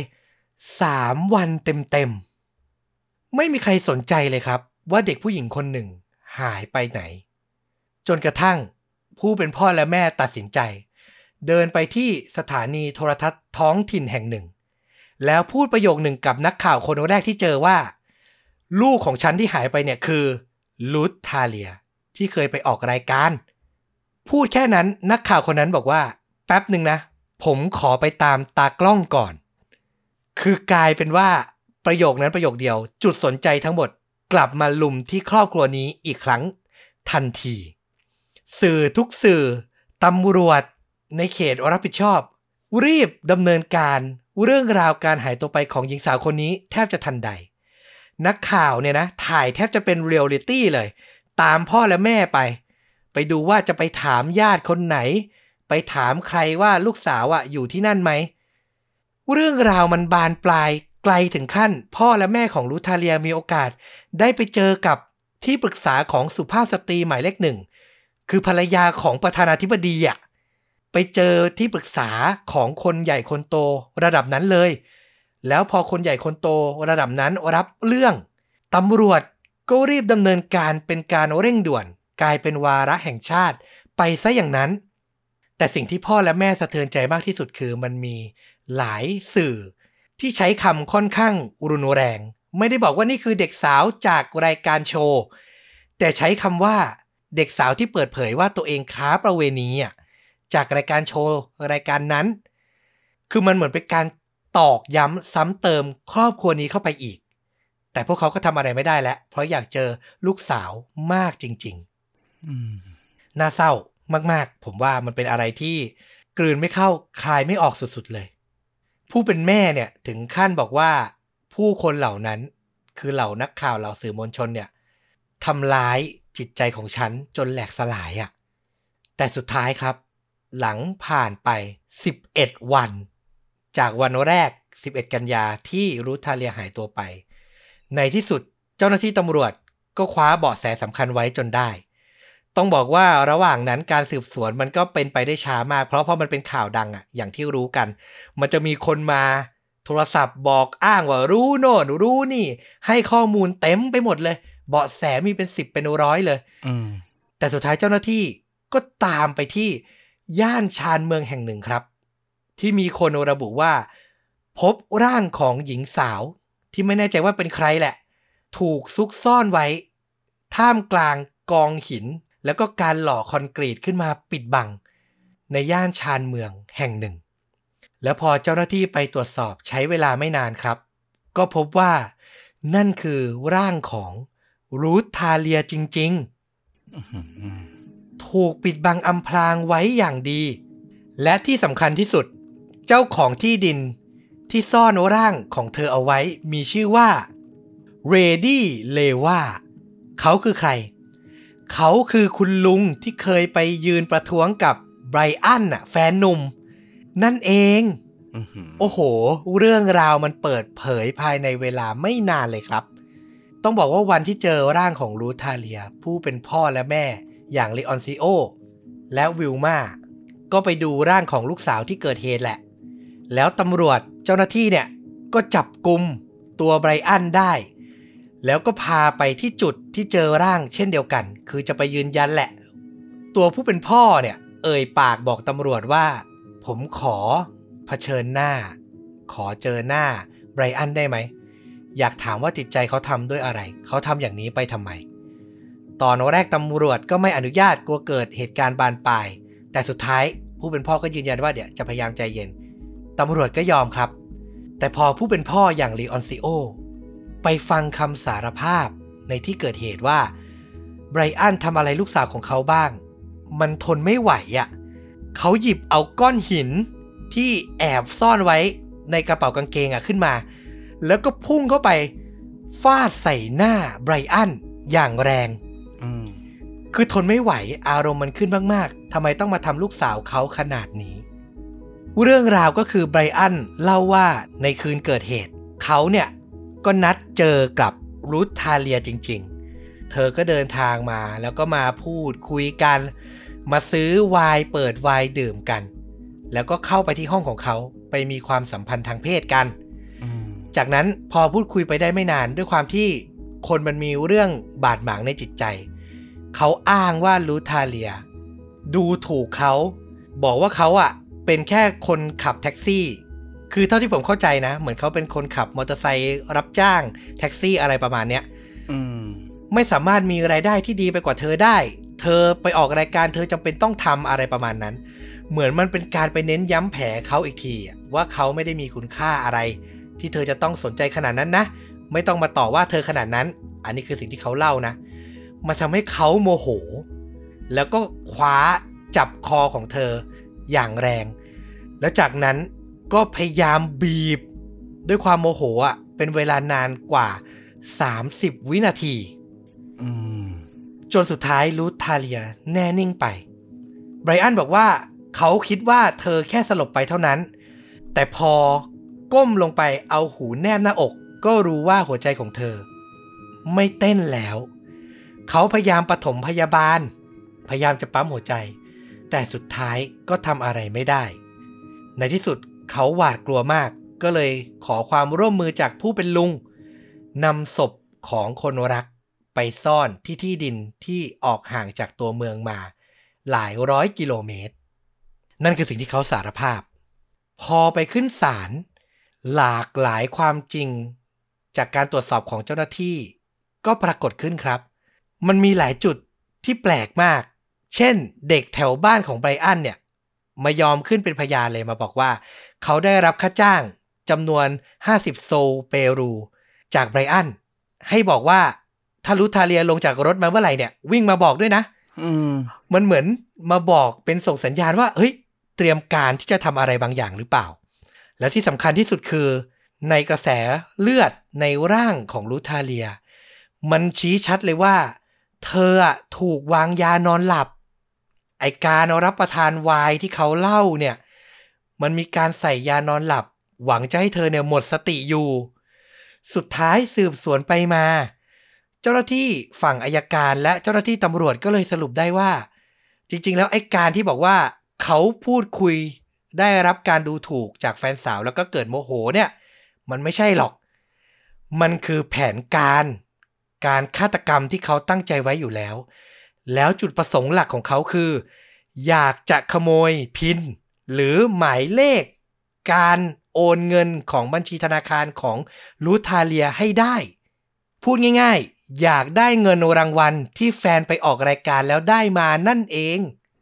3 วันเต็มๆไม่มีใครสนใจเลยครับว่าเด็กผู้หญิงคนหนึ่งหายไปไหนจนกระทั่งผู้เป็นพ่อและแม่ตัดสินใจเดินไปที่สถานีโทรทัศน์ท้องถิ่นแห่งหนึ่งแล้วพูดประโยคหนึ่งกับนักข่าวคนแรกที่เจอว่าลูกของฉันที่หายไปเนี่ยคือลูทาเลียที่เคยไปออกรายการพูดแค่นั้นนักข่าวคนนั้นบอกว่าแป๊บหนึ่งนะผมขอไปตามตากล้องก่อนคือกลายเป็นว่าประโยคนั้นประโยคเดียวจุดสนใจทั้งหมดกลับมาลุมที่ครอบครัวนี้อีกครั้งทันทีสื่อทุกสื่อตำรวจในเขตรับผิดชอบรีบดำเนินการเรื่องราวการหายตัวไปของหญิงสาวคนนี้แทบจะทันใดนักข่าวเนี่ยนะถ่ายแทบจะเป็นเรียลลิตี้เลยตามพ่อและแม่ไปดูว่าจะไปถามญาติคนไหนไปถามใครว่าลูกสาวอยู่ที่นั่นไหมเรื่องราวมันบานปลายไกลถึงขั้นพ่อและแม่ของลูทาเลียมีโอกาสได้ไปเจอกับที่ปรึกษาของสุภาพสตรีหมายเลข 1คือภรรยาของประธานาธิบดีไปเจอที่ปรึกษาของคนใหญ่คนโตระดับนั้นเลยแล้วพอคนใหญ่คนโตระดับนั้นรับเรื่องตำรวจก็รีบดำเนินการเป็นการเร่งด่วนกลายเป็นวาระแห่งชาติไปซะอย่างนั้นแต่สิ่งที่พ่อและแม่สะเทือนใจมากที่สุดคือมันมีหลายสื่อที่ใช้คำค่อนข้างรุนแรงไม่ได้บอกว่านี่คือเด็กสาวจากรายการโชว์แต่ใช้คำว่าเด็กสาวที่เปิดเผยว่าตัวเองค้าประเวณีจากรายการโชว์รายการนั้นคือมันเหมือนเป็นการตอกย้ำซ้ำเติมครอบครัวนี้เข้าไปอีกแต่พวกเขาก็ทำอะไรไม่ได้แล้วเพราะอยากเจอลูกสาวมากจริงๆน่าเศร้ามากๆผมว่ามันเป็นอะไรที่กลืนไม่เข้าคายไม่ออกสุดๆเลยผู้เป็นแม่เนี่ยถึงขั้นบอกว่าผู้คนเหล่านั้นคือเหล่านักข่าวเหล่าสื่อมวลชนเนี่ยทำร้ายจิตใจของฉันจนแหลกสลายแต่สุดท้ายครับหลังผ่านไป11วันจากวันแรก11กันยาที่รูธทาเลียหายตัวไปในที่สุดเจ้าหน้าที่ตำรวจก็คว้าเบาะแสสำคัญไว้จนได้ต้องบอกว่าระหว่างนั้นการสืบสวนมันก็เป็นไปได้ช้ามากเพราะมันเป็นข่าวดังอ่ะอย่างที่รู้กันมันจะมีคนมาโทรศัพท์บอกอ้างว่ารู้โน่นรู้นี่ให้ข้อมูลเต็มไปหมดเลยเบาะแสมีเป็น10เป็น100เลยแต่สุดท้ายเจ้าหน้าที่ก็ตามไปที่ย่านชานเมืองแห่งหนึ่งครับที่มีคนระบุว่าพบร่างของหญิงสาวที่ไม่แน่ใจว่าเป็นใครแหละถูกซุกซ่อนไว้ท่ามกลางกองหินแล้วก็การหล่อคอนกรีตขึ้นมาปิดบังในย่านชานเมืองแห่งหนึ่งแล้วพอเจ้าหน้าที่ไปตรวจสอบใช้เวลาไม่นานครับก็พบว่านั่นคือร่างของรูธทาเลียจริงๆถูกปิดบังอำพรางไว้อย่างดีและที่สำคัญที่สุดเจ้าของที่ดินที่ซ่อนร่างของเธอเอาไว้มีชื่อว่าเรดี้เลวาเขาคือใครเขาคือคุณลุงที่เคยไปยืนประท้วงกับไบรอันน่ะแฟนหนุ่มนั่นเองโอ้โหเรื่องราวมันเปิดเผยภายในเวลาไม่นานเลยครับต้องบอกว่าวันที่เจอร่างของรูธทาเลียผู้เป็นพ่อและแม่อย่างเลออนซิโอและวิลมาก็ไปดูร่างของลูกสาวที่เกิดเหตุแหละแล้วตำรวจเจ้าหน้าที่เนี่ยก็จับกุมตัวไบรอันได้แล้วก็พาไปที่จุดที่เจอร่างเช่นเดียวกันคือจะไปยืนยันแหละตัวผู้เป็นพ่อเนี่ยเอ่ยปากบอกตำรวจว่าผมขอเผชิญหน้าขอเจอหน้าไบรอันได้ไหมอยากถามว่าจิตใจเขาทำด้วยอะไรเขาทำอย่างนี้ไปทำไมตอนแรกตำรวจก็ไม่อนุญาตกลัวเกิดเหตุการณ์บานปลายแต่สุดท้ายผู้เป็นพ่อก็ยืนยันว่าเดี๋ยวจะพยายามใจเย็นตำรวจก็ยอมครับแต่พอผู้เป็นพ่ออย่างลีออนซิโอไปฟังคำสารภาพในที่เกิดเหตุว่าไบรอันทำอะไรลูกสาวของเขาบ้างมันทนไม่ไหวอ่ะเขาหยิบเอาก้อนหินที่แอบซ่อนไว้ในกระเป๋ากางเกงขึ้นมาแล้วก็พุ่งเข้าไปฟาดใส่หน้าไบรอันอย่างแรงคือทนไม่ไหวอารมณ์มันขึ้นมากๆทำไมต้องมาทำลูกสาวเขาขนาดนี้เรื่องราวก็คือไบรอันเล่าว่าในคืนเกิดเหตุเขาเนี่ยก็นัดเจอกับรูธทาเลียจริงๆเธอก็เดินทางมาแล้วก็มาพูดคุยกันมาซื้อไวน์เปิดไวน์ดื่มกันแล้วก็เข้าไปที่ห้องของเขาไปมีความสัมพันธ์ทางเพศกันจากนั้นพอพูดคุยไปได้ไม่นานด้วยความที่คนมันมีเรื่องบาดหมางในจิตใจเขาอ้างว่ารูธทาเลียดูถูกเขาบอกว่าเขาเป็นแค่คนขับแท็กซี่คือเท่าที่ผมเข้าใจนะเหมือนเขาเป็นคนขับมอเตอร์ไซค์รับจ้างแท็กซี่อะไรประมาณเนี้ยไม่สามารถมีรายได้ที่ดีไปกว่าเธอได้เธอไปออกรายการเธอจำเป็นต้องทำอะไรประมาณนั้นเหมือนมันเป็นการไปเน้นย้ำแผลเขาอีกทีว่าเขาไม่ได้มีคุณค่าอะไรที่เธอจะต้องสนใจขนาดนั้นนะไม่ต้องมาต่อว่าเธอขนาดนั้นอันนี้คือสิ่งที่เขาเล่านะมันทำให้เขาโมโหแล้วก็คว้าจับคอของเธออย่างแรงแล้วจากนั้นก็พยายามบีบด้วยความโมโหเป็นเวลานานกว่า30วินาทีจนสุดท้ายรูธทาเลียแน่นิ่งไปไบรอันบอกว่าเขาคิดว่าเธอแค่สลบไปเท่านั้นแต่พอก้มลงไปเอาหูแนบหน้าอกก็รู้ว่าหัวใจของเธอไม่เต้นแล้วเขาพยายามปฐมพยาบาลพยายามจะปั๊มหัวใจแต่สุดท้ายก็ทำอะไรไม่ได้ในที่สุดเขาหวาดกลัวมากก็เลยขอความร่วมมือจากผู้เป็นลุงนำศพของคนรักไปซ่อนที่ที่ดินที่ออกห่างจากตัวเมืองมาหลายร้อยกิโลเมตรนั่นคือสิ่งที่เขาสารภาพพอไปขึ้นศาลหลากหลายความจริงจากการตรวจสอบของเจ้าหน้าที่ก็ปรากฏขึ้นครับมันมีหลายจุดที่แปลกมากเช่นเด็กแถวบ้านของไบรอันเนี่ยมายอมขึ้นเป็นพยานเลยมาบอกว่าเขาได้รับค่าจ้างจำนวน50โซลเปรูจากไบรอันให้บอกว่าถ้ารูธทาเลียลงจากรถมาเมื่อไหร่เนี่ยวิ่งมาบอกด้วยนะมันเหมือนมาบอกเป็นส่งสัญญาณว่าเฮ้ยเตรียมการที่จะทำอะไรบางอย่างหรือเปล่าแล้วที่สำคัญที่สุดคือในกระแสเลือดในร่างของรูธทาเลียมันชี้ชัดเลยว่าเธอถูกวางยานอนหลับไอการรับประทานไวน์ที่เขาเล่าเนี่ยมันมีการใส่ยานอนหลับหวังจะให้เธอเนี่ยหมดสติอยู่สุดท้ายสืบสวนไปมาเจ้าหน้าที่ฝั่งอัยการและเจ้าหน้าที่ตำรวจก็เลยสรุปได้ว่าจริงๆแล้วไอ้การที่บอกว่าเขาพูดคุยได้รับการดูถูกจากแฟนสาวแล้วก็เกิดโมโหเนี่ยมันไม่ใช่หรอกมันคือแผนการฆาตกรรมที่เขาตั้งใจไว้อยู่แล้วจุดประสงค์หลักของเขาคืออยากจะขโมยพินหรือหมายเลขการโอนเงินของบัญชีธนาคารของลูทาเลียให้ได้พูดง่ายๆอยากได้เงินรางวัลที่แฟนไปออกรายการแล้วได้มานั่นเอง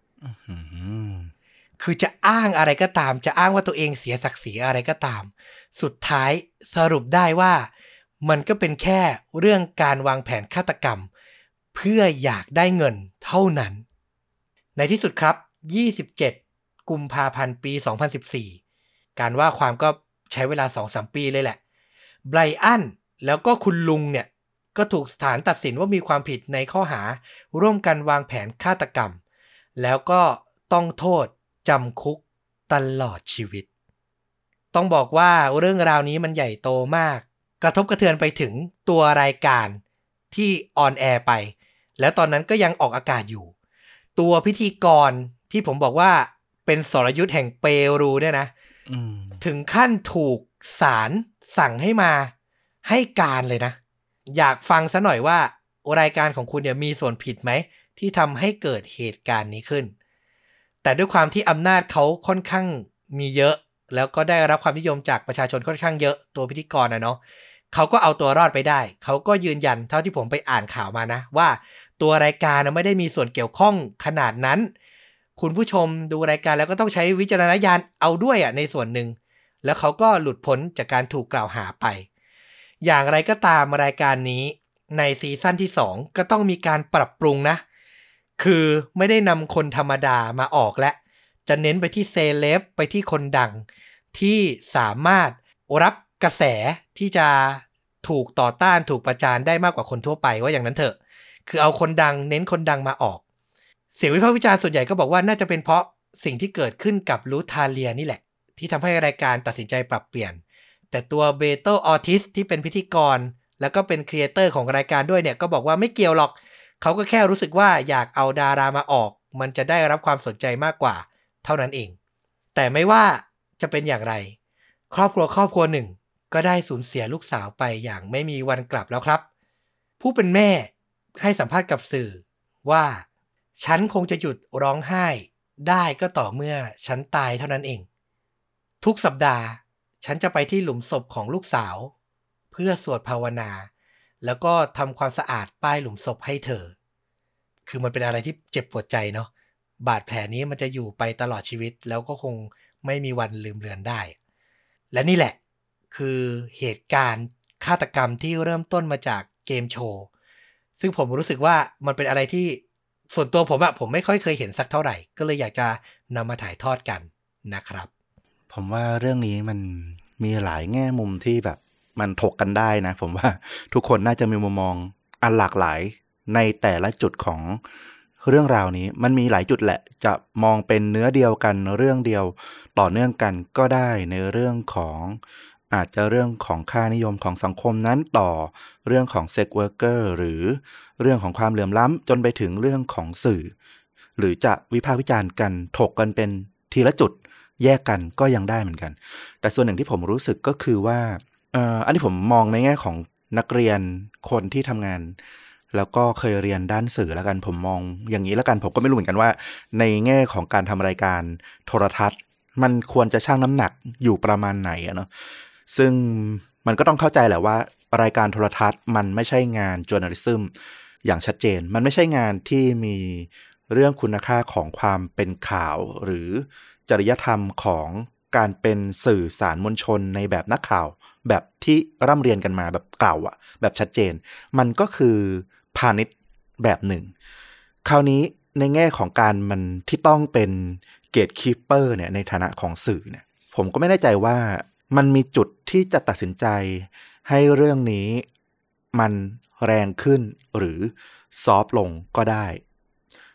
คือจะอ้างอะไรก็ตามจะอ้างว่าตัวเองเสียศักดิ์ศรีอะไรก็ตามสุดท้ายสรุปได้ว่ามันก็เป็นแค่เรื่องการวางแผนฆาตกรรมเพื่ออยากได้เงินเท่านั้นในที่สุดครับ27กุมภาพันธ์ปี2014การว่าความก็ใช้เวลา 2-3 ปีเลยแหละไบรอันแล้วก็คุณลุงเนี่ยก็ถูกศาลตัดสินว่ามีความผิดในข้อหาร่วมกันวางแผนฆาตกรรมแล้วก็ต้องโทษจำคุกตลอดชีวิตต้องบอกว่าเรื่องราวนี้มันใหญ่โตมากกระทบกระเทือนไปถึงตัวรายการที่ออนแอร์ไปแล้วตอนนั้นก็ยังออกอากาศอยู่ตัวพิธีกรที่ผมบอกว่าเป็นสรยุทธ์แห่งเปรูเนี่ยนะถึงขั้นถูกศาลสั่งให้มาให้การเลยนะอยากฟังซะหน่อยว่ารายการของคุณเนี่ยมีส่วนผิดไหมที่ทำให้เกิดเหตุการณ์นี้ขึ้นแต่ด้วยความที่อำนาจเขาค่อนข้างมีเยอะแล้วก็ได้รับความนิยมจากประชาชนค่อนข้างเยอะตัวพิธีกรนะเนาะเขาก็เอาตัวรอดไปได้เขาก็ยืนยันเท่าที่ผมไปอ่านข่าวมานะว่าตัวรายการไม่ได้มีส่วนเกี่ยวข้องขนาดนั้นคุณผู้ชมดูรายการแล้วก็ต้องใช้วิจารณญาณเอาด้วยในส่วนหนึ่งแล้วเขาก็หลุดพ้นจากการถูกกล่าวหาไปอย่างไรก็ตามรายการนี้ในซีซั่นที่2ก็ต้องมีการปรับปรุงนะคือไม่ได้นำคนธรรมดามาออกและจะเน้นไปที่เซเลบไปที่คนดังที่สามารถรับกระแสที่จะถูกต่อต้านถูกประจานได้มากกว่าคนทั่วไปว่าอย่างนั้นเถอะคือเอาคนดังเน้นคนดังมาออกเสียงวิพากษ์วิจารณ์ส่วนใหญ่ก็บอกว่าน่าจะเป็นเพราะสิ่งที่เกิดขึ้นกับลูทาเลียนี่แหละที่ทำให้รายการตัดสินใจปรับเปลี่ยนแต่ตัวเบโตออทิสที่เป็นพิธีกรแล้วก็เป็นครีเอเตอร์ของรายการด้วยเนี่ยก็บอกว่าไม่เกี่ยวหรอกเขาก็แค่รู้สึกว่าอยากเอาดารามาออกมันจะได้รับความสนใจมากกว่าเท่านั้นเองแต่ไม่ว่าจะเป็นอย่างไรครอบครัวหนึ่งก็ได้สูญเสียลูกสาวไปอย่างไม่มีวันกลับแล้วครับผู้เป็นแม่ให้สัมภาษณ์กับสื่อว่าฉันคงจะหยุดร้องไห้ได้ก็ต่อเมื่อฉันตายเท่านั้นเองทุกสัปดาห์ฉันจะไปที่หลุมศพของลูกสาวเพื่อสวดภาวนาแล้วก็ทำความสะอาดป้ายหลุมศพให้เธอคือมันเป็นอะไรที่เจ็บปวดใจเนาะบาดแผลนี้มันจะอยู่ไปตลอดชีวิตแล้วก็คงไม่มีวันลืมเลือนได้และนี่แหละคือเหตุการณ์ฆาตกรรมที่เริ่มต้นมาจากเกมโชว์ซึ่งผมรู้สึกว่ามันเป็นอะไรที่ส่วนตัวผมไม่ค่อยเคยเห็นสักเท่าไหร่ก็เลยอยากจะนำมาถ่ายทอดกันนะครับผมว่าเรื่องนี้มันมีหลายแง่มุมที่แบบมันถกกันได้นะผมว่าทุกคนน่าจะมีมุมมองอันหลากหลายในแต่ละจุดของเรื่องราวนี้มันมีหลายจุดแหละจะมองเป็นเนื้อเดียวกันเรื่องเดียวต่อเนื่องกันก็ได้ในเรื่องของอาจจะเรื่องของค่านิยมของสังคมนั้นต่อเรื่องของเซ็กเวิร์กเกอร์หรือเรื่องของความเหลื่อมล้ำจนไปถึงเรื่องของสื่อหรือจะวิพากษ์วิจารณ์กันถกกันเป็นทีละจุดแยกกันก็ยังได้เหมือนกันแต่ส่วนหนึ่งที่ผมรู้สึกก็คือว่าอันนี้ผมมองในแง่ของนักเรียนคนที่ทำงานแล้วก็เคยเรียนด้านสื่อแล้วกันผมมองอย่างนี้แล้วกันผมก็ไม่รู้เหมือนกันว่าในแง่ของการทำรายการโทรทัศน์มันควรจะชั่งน้ำหนักอยู่ประมาณไหนเนาะซึ่งมันก็ต้องเข้าใจแหละว่ารายการโทรทัศน์มันไม่ใช่งาน journalism อย่างชัดเจนมันไม่ใช่งานที่มีเรื่องคุณค่าของความเป็นข่าวหรือจริยธรรมของการเป็นสื่อสารมวลชนในแบบนักข่าวแบบที่ร่ำเรียนกันมาแบบเก่าอ่ะแบบชัดเจนมันก็คือพาณิชย์แบบหนึ่งคราวนี้ในแง่ของการมันที่ต้องเป็นเกตคีปเปอร์เนี่ยในฐานะของสื่อเนี่ยผมก็ไม่แน่ใจว่ามันมีจุดที่จะตัดสินใจให้เรื่องนี้มันแรงขึ้นหรือซอฟต์ลงก็ได้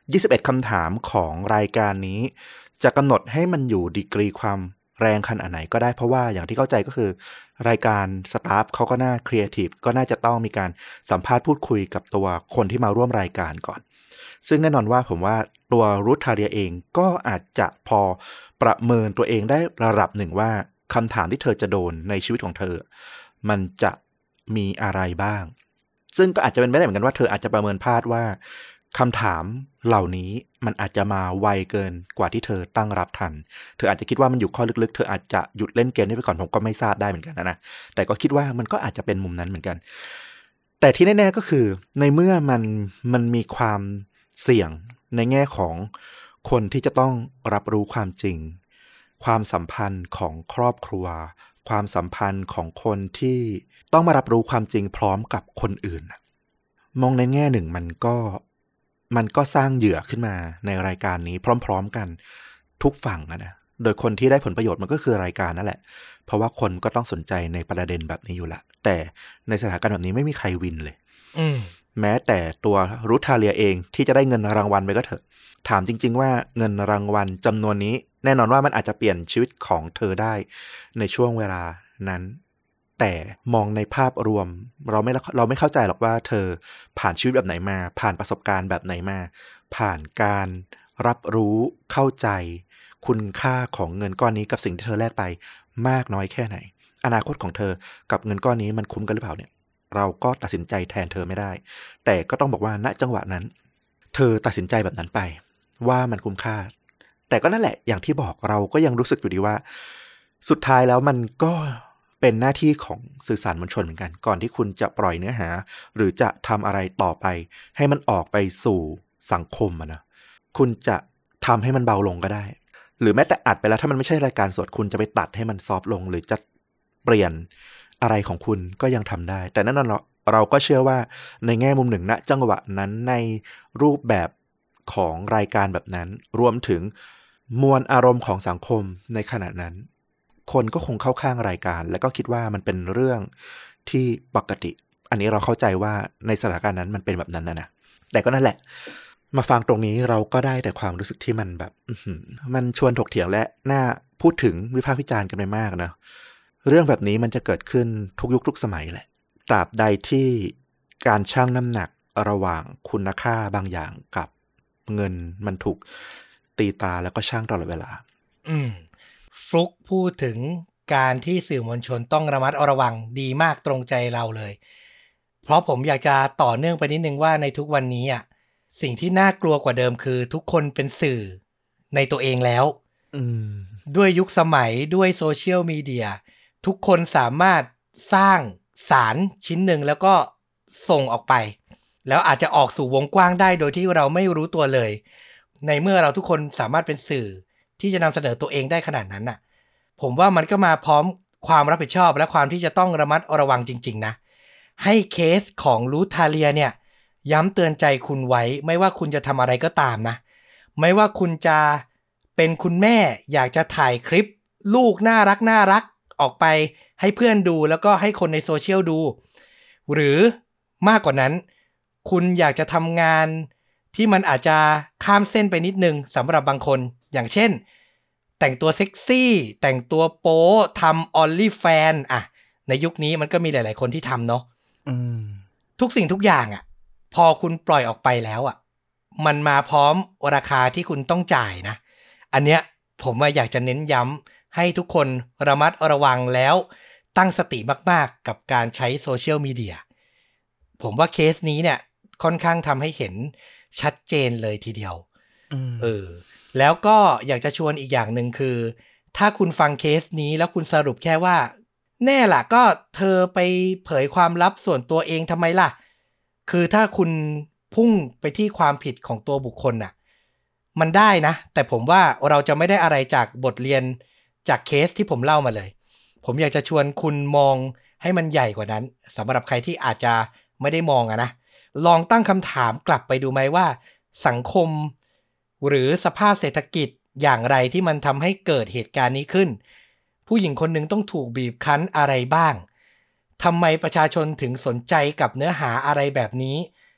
21คำถามของรายการนี้จะกำหนดให้มันอยู่ดีกรีความแรงขนาดไหนก็ได้เพราะว่าอย่างที่เข้าใจก็คือรายการสตาฟเขาก็น่าครีเอทีฟก็น่าจะต้องมีการสัมภาษณ์พูดคุยกับตัวคนที่มาร่วมรายการก่อนซึ่งแน่นอนว่าผมว่าตัวรูทธาเรียเองก็อาจจะพอประเมินตัวเองได้ระดับหนึ่งว่าคำถามที่เธอจะโดนในชีวิตของเธอมันจะมีอะไรบ้างซึ่งก็อาจจะเป็นไปได้เหมือนกันว่าเธออาจจะประเมินพลาดว่าคำถามเหล่านี้มันอาจจะมาไวเกินกว่าที่เธอตั้งรับทันเธออาจจะคิดว่ามันอยู่ข้อลึกๆเธออาจจะหยุดเล่นเกมนี้ไปก่อนผมก็ไม่ทราบได้เหมือนกันนะแต่ก็คิดว่ามันก็อาจจะเป็นมุมนั้นเหมือนกันแต่ที่แน่ๆก็คือในเมื่อมันมีความเสี่ยงในแง่ของคนที่จะต้องรับรู้ความจริงความสัมพันธ์ของครอบครัวความสัมพันธ์ของคนที่ต้องมารับรู้ความจริงพร้อมกับคนอื่นมองในแง่หนึ่งมันก็สร้างเหยื่อขึ้นมาในรายการนี้พร้อมๆกันทุกฝั่งนะโดยคนที่ได้ผลประโยชน์มันก็คือรายการนั่นแหละเพราะว่าคนก็ต้องสนใจในประเด็นแบบนี้อยู่ละแต่ในสถานการณ์แบบนี้ไม่มีใครวินเลยแม้แต่ตัวรูทธาเรียเองที่จะได้เงินรางวัลไปก็เถอะถามจริงๆว่าเงินรางวัลจำนวนนี้แน่นอนว่ามันอาจจะเปลี่ยนชีวิตของเธอได้ในช่วงเวลานั้นแต่มองในภาพรวมเราไม่เข้าใจหรอกว่าเธอผ่านชีวิตแบบไหนมาผ่านประสบการณ์แบบไหนมาผ่านการรับรู้เข้าใจคุณค่าของเงินก้อนนี้กับสิ่งที่เธอแลกไปมากน้อยแค่ไหนอนาคตของเธอกับเงินก้อนนี้มันคุ้มกันหรือเปล่าเนี่ยเราก็ตัดสินใจแทนเธอไม่ได้แต่ก็ต้องบอกว่าณจังหวะนั้นเธอตัดสินใจแบบนั้นไปว่ามันคุ้มค่าแต่ก็นั่นแหละอย่างที่บอกเราก็ยังรู้สึกอยู่ดีว่าสุดท้ายแล้วมันก็เป็นหน้าที่ของสื่อสารมวลชนเหมือนกันก่อนที่คุณจะปล่อยเนื้อหาหรือจะทำอะไรต่อไปให้มันออกไปสู่สังคมนะคุณจะทำให้มันเบาลงก็ได้หรือแม้แต่อัดไปแล้วถ้ามันไม่ใช่รายการสดคุณจะไปตัดให้มันซอฟต์ลงหรือจะเปลี่ยนอะไรของคุณก็ยังทำได้แต่นั่นเราก็เชื่อว่าในแง่มุมหนึ่งณจังหวะนั้นในรูปแบบของรายการแบบนั้นรวมถึงมวลอารมณ์ของสังคมในขณะนั้นคนก็คงเข้าข้างรายการและก็คิดว่ามันเป็นเรื่องที่ปกติอันนี้เราเข้าใจว่าในสถานการณ์นั้นมันเป็นแบบนั้นนะแต่ก็นั่นแหละมาฟังตรงนี้เราก็ได้แต่ความรู้สึกที่มันแบบมันชวนถกเถียงและน่าพูดถึงวิพากษ์วิจารณ์กันไปมากนะเรื่องแบบนี้มันจะเกิดขึ้นทุกยุคทุกสมัยแหละตราบใดที่การชั่งน้ำหนักระหว่างคุณค่าบางอย่างกับเงินมันถูกตีตราแล้วก็ชั่งตลอดเวลาฟลุกพูดถึงการที่สื่อมวลชนต้องระมัดระวังดีมากตรงใจเราเลยเพราะผมอยากจะต่อเนื่องไปนิดนึงว่าในทุกวันนี้อ่ะสิ่งที่น่ากลัวกว่าเดิมคือทุกคนเป็นสื่อในตัวเองแล้วด้วยยุคสมัยด้วยโซเชียลมีเดียทุกคนสามารถสร้างสารชิ้นหนึ่งแล้วก็ส่งออกไปแล้วอาจจะออกสู่วงกว้างได้โดยที่เราไม่รู้ตัวเลยในเมื่อเราทุกคนสามารถเป็นสื่อที่จะนำเสนอตัวเองได้ขนาดนั้นน่ะผมว่ามันก็มาพร้อมความรับผิดชอบและความที่จะต้องระมัดระวังจริงๆนะให้เคสของรูทธาเรียเนี่ยย้ำเตือนใจคุณไว้ไม่ว่าคุณจะทำอะไรก็ตามนะไม่ว่าคุณจะเป็นคุณแม่อยากจะถ่ายคลิปลูกน่ารักออกไปให้เพื่อนดูแล้วก็ให้คนในโซเชียลดูหรือมากกว่านั้นคุณอยากจะทำงานที่มันอาจจะข้ามเส้นไปนิดนึงสำหรับบางคนอย่างเช่นแต่งตัวเซ็กซี่แต่งตัวโป๊ทำ OnlyFans อ่ะในยุคนี้มันก็มีหลายๆคนที่ทำเนาะทุกสิ่งทุกอย่างอ่ะพอคุณปล่อยออกไปแล้วอ่ะมันมาพร้อมราคาที่คุณต้องจ่ายนะอันเนี้ยผมอยากจะเน้นย้ำให้ทุกคนระมัดระวังแล้วตั้งสติมากๆกับการใช้โซเชียลมีเดียผมว่าเคสนี้เนี่ยค่อนข้างทำให้เห็นชัดเจนเลยทีเดียวแล้วก็อยากจะชวนอีกอย่างหนึ่งคือถ้าคุณฟังเคสนี้แล้วคุณสรุปแค่ว่าแน่ล่ะก็เธอไปเผยความลับส่วนตัวเองทำไมล่ะคือถ้าคุณพุ่งไปที่ความผิดของตัวบุคคลน่ะมันได้นะแต่ผมว่าเราจะไม่ได้อะไรจากบทเรียนจากเคสที่ผมเล่ามาเลยผมอยากจะชวนคุณมองให้มันใหญ่กว่านั้นสำหรับใครที่อาจจะไม่ได้มองนะลองตั้งคำถามกลับไปดูไหมว่าสังคมหรือสภาพเศรษฐกิจอย่างไรที่มันทำให้เกิดเหตุการณ์นี้ขึ้นผู้หญิงคนหนึ่งต้องถูกบีบคั้นอะไรบ้างทำไมประชาชนถึงสนใจกับเนื้อหาอะไรแบบนี้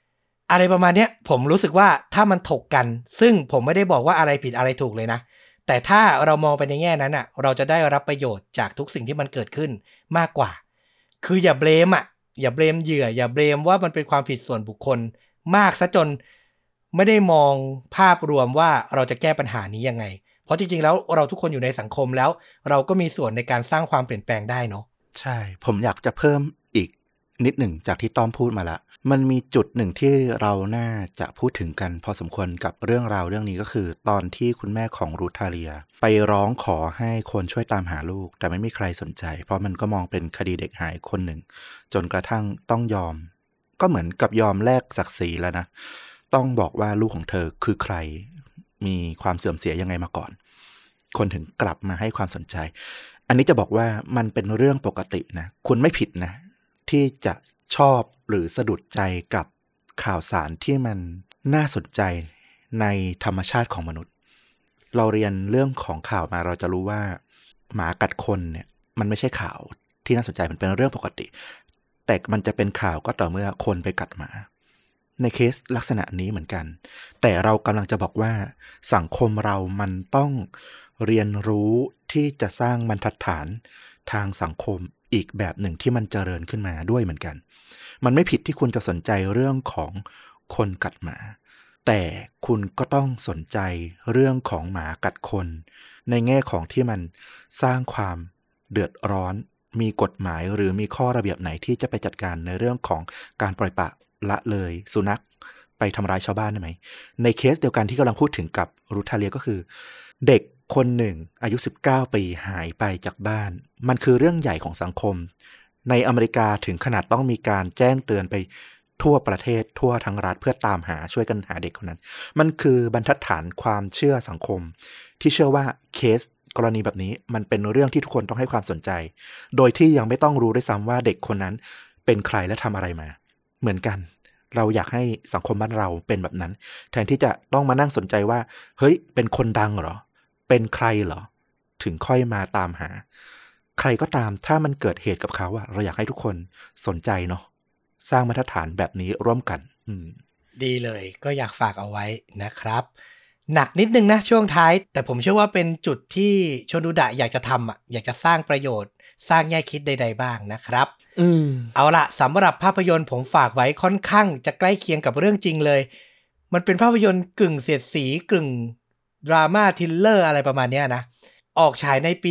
อะไรประมาณเนี้ยผมรู้สึกว่าถ้ามันถกกันซึ่งผมไม่ได้บอกว่าอะไรผิดอะไรถูกเลยนะแต่ถ้าเรามองไปในแง่นั้นอ่ะเราจะได้รับประโยชน์จากทุกสิ่งที่มันเกิดขึ้นมากกว่าคืออย่าเบลมอ่ะอย่าเบลมเหยื่ออย่าเบลมว่ามันเป็นความผิดส่วนบุคคลมากซะจนไม่ได้มองภาพรวมว่าเราจะแก้ปัญหานี้ยังไงเพราะจริงๆแล้วเราทุกคนอยู่ในสังคมแล้วเราก็มีส่วนในการสร้างความเปลี่ยนแปลงได้เนาะใช่ผมอยากจะเพิ่มอีกนิดหนึ่งจากที่ต้อมพูดมาละมันมีจุดหนึ่งที่เราน่าจะพูดถึงกันพอสมควรกับเรื่องราวเรื่องนี้ก็คือตอนที่คุณแม่ของรูธาเลียไปร้องขอให้คนช่วยตามหาลูกแต่ไม่มีใครสนใจเพราะมันก็มองเป็นคดีเด็กหายคนหนึ่งจนกระทั่งต้องยอมก็เหมือนกับยอมแลกศักดิ์ศรีแล้วนะต้องบอกว่าลูกของเธอคือใครมีความเสื่อมเสียยังไงมาก่อนคนถึงกลับมาให้ความสนใจอันนี้จะบอกว่ามันเป็นเรื่องปกตินะคุณไม่ผิดนะที่จะชอบหรือสะดุดใจกับข่าวสารที่มันน่าสนใจในธรรมชาติของมนุษย์เราเรียนเรื่องของข่าวมาเราจะรู้ว่าหมากัดคนเนี่ยมันไม่ใช่ข่าวที่น่าสนใจมันเป็นเรื่องปกติแต่มันจะเป็นข่าวก็ต่อเมื่อคนไปกัดหมาในเคสลักษณะนี้เหมือนกันแต่เรากำลังจะบอกว่าสังคมเรามันต้องเรียนรู้ที่จะสร้างบรรทัดฐานทางสังคมอีกแบบหนึ่งที่มันเจริญขึ้นมาด้วยเหมือนกันมันไม่ผิดที่คุณจะสนใจเรื่องของคนกัดหมาแต่คุณก็ต้องสนใจเรื่องของหมากัดคนในแง่ของที่มันสร้างความเดือดร้อนมีกฎหมายหรือมีข้อระเบียบไหนที่จะไปจัดการในเรื่องของการปล่อยปละละเลยสุนัขไปทำร้ายชาวบ้านได้ไหมในเคสเดียวกันที่กำลังพูดถึงกับรูธาเลียก็คือเด็กคนหนึ่งอายุ19ปีหายไปจากบ้านมันคือเรื่องใหญ่ของสังคมในอเมริกาถึงขนาดต้องมีการแจ้งเตือนไปทั่วประเทศทั่วทั้งรัฐเพื่อตามหาช่วยกันหาเด็กคนนั้นมันคือบรรทัดฐานความเชื่อสังคมที่เชื่อว่าเคสกรณีแบบนี้มันเป็นเรื่องที่ทุกคนต้องให้ความสนใจโดยที่ยังไม่ต้องรู้ด้วยซ้ำว่าเด็กคนนั้นเป็นใครและทำอะไรมาเหมือนกันเราอยากให้สังคมบ้านเราเป็นแบบนั้นแทนที่จะต้องมานั่งสนใจว่าเฮ้ยเป็นคนดังเหรอเป็นใครเหรอถึงค่อยมาตามหาใครก็ตามถ้ามันเกิดเหตุกับเขาอะเราอยากให้ทุกคนสนใจเนาะสร้างมาตรฐานแบบนี้ร่วมกันดีเลยก็อยากฝากเอาไว้นะครับหนักนิดนึงนะช่วงท้ายแต่ผมเชื่อว่าเป็นจุดที่โชนุดะอยากจะทำอ่ะอยากจะสร้างประโยชน์สร้างแง่คิดใดๆบ้างนะครับเอาละสำหรับภาพยนตร์ผมฝากไว้ค่อนข้างจะใกล้เคียงกับเรื่องจริงเลยมันเป็นภาพยนตร์กึ่งเสียดสีกึ่งดราม่าทริลเลอร์อะไรประมาณนี้นะออกฉายในปี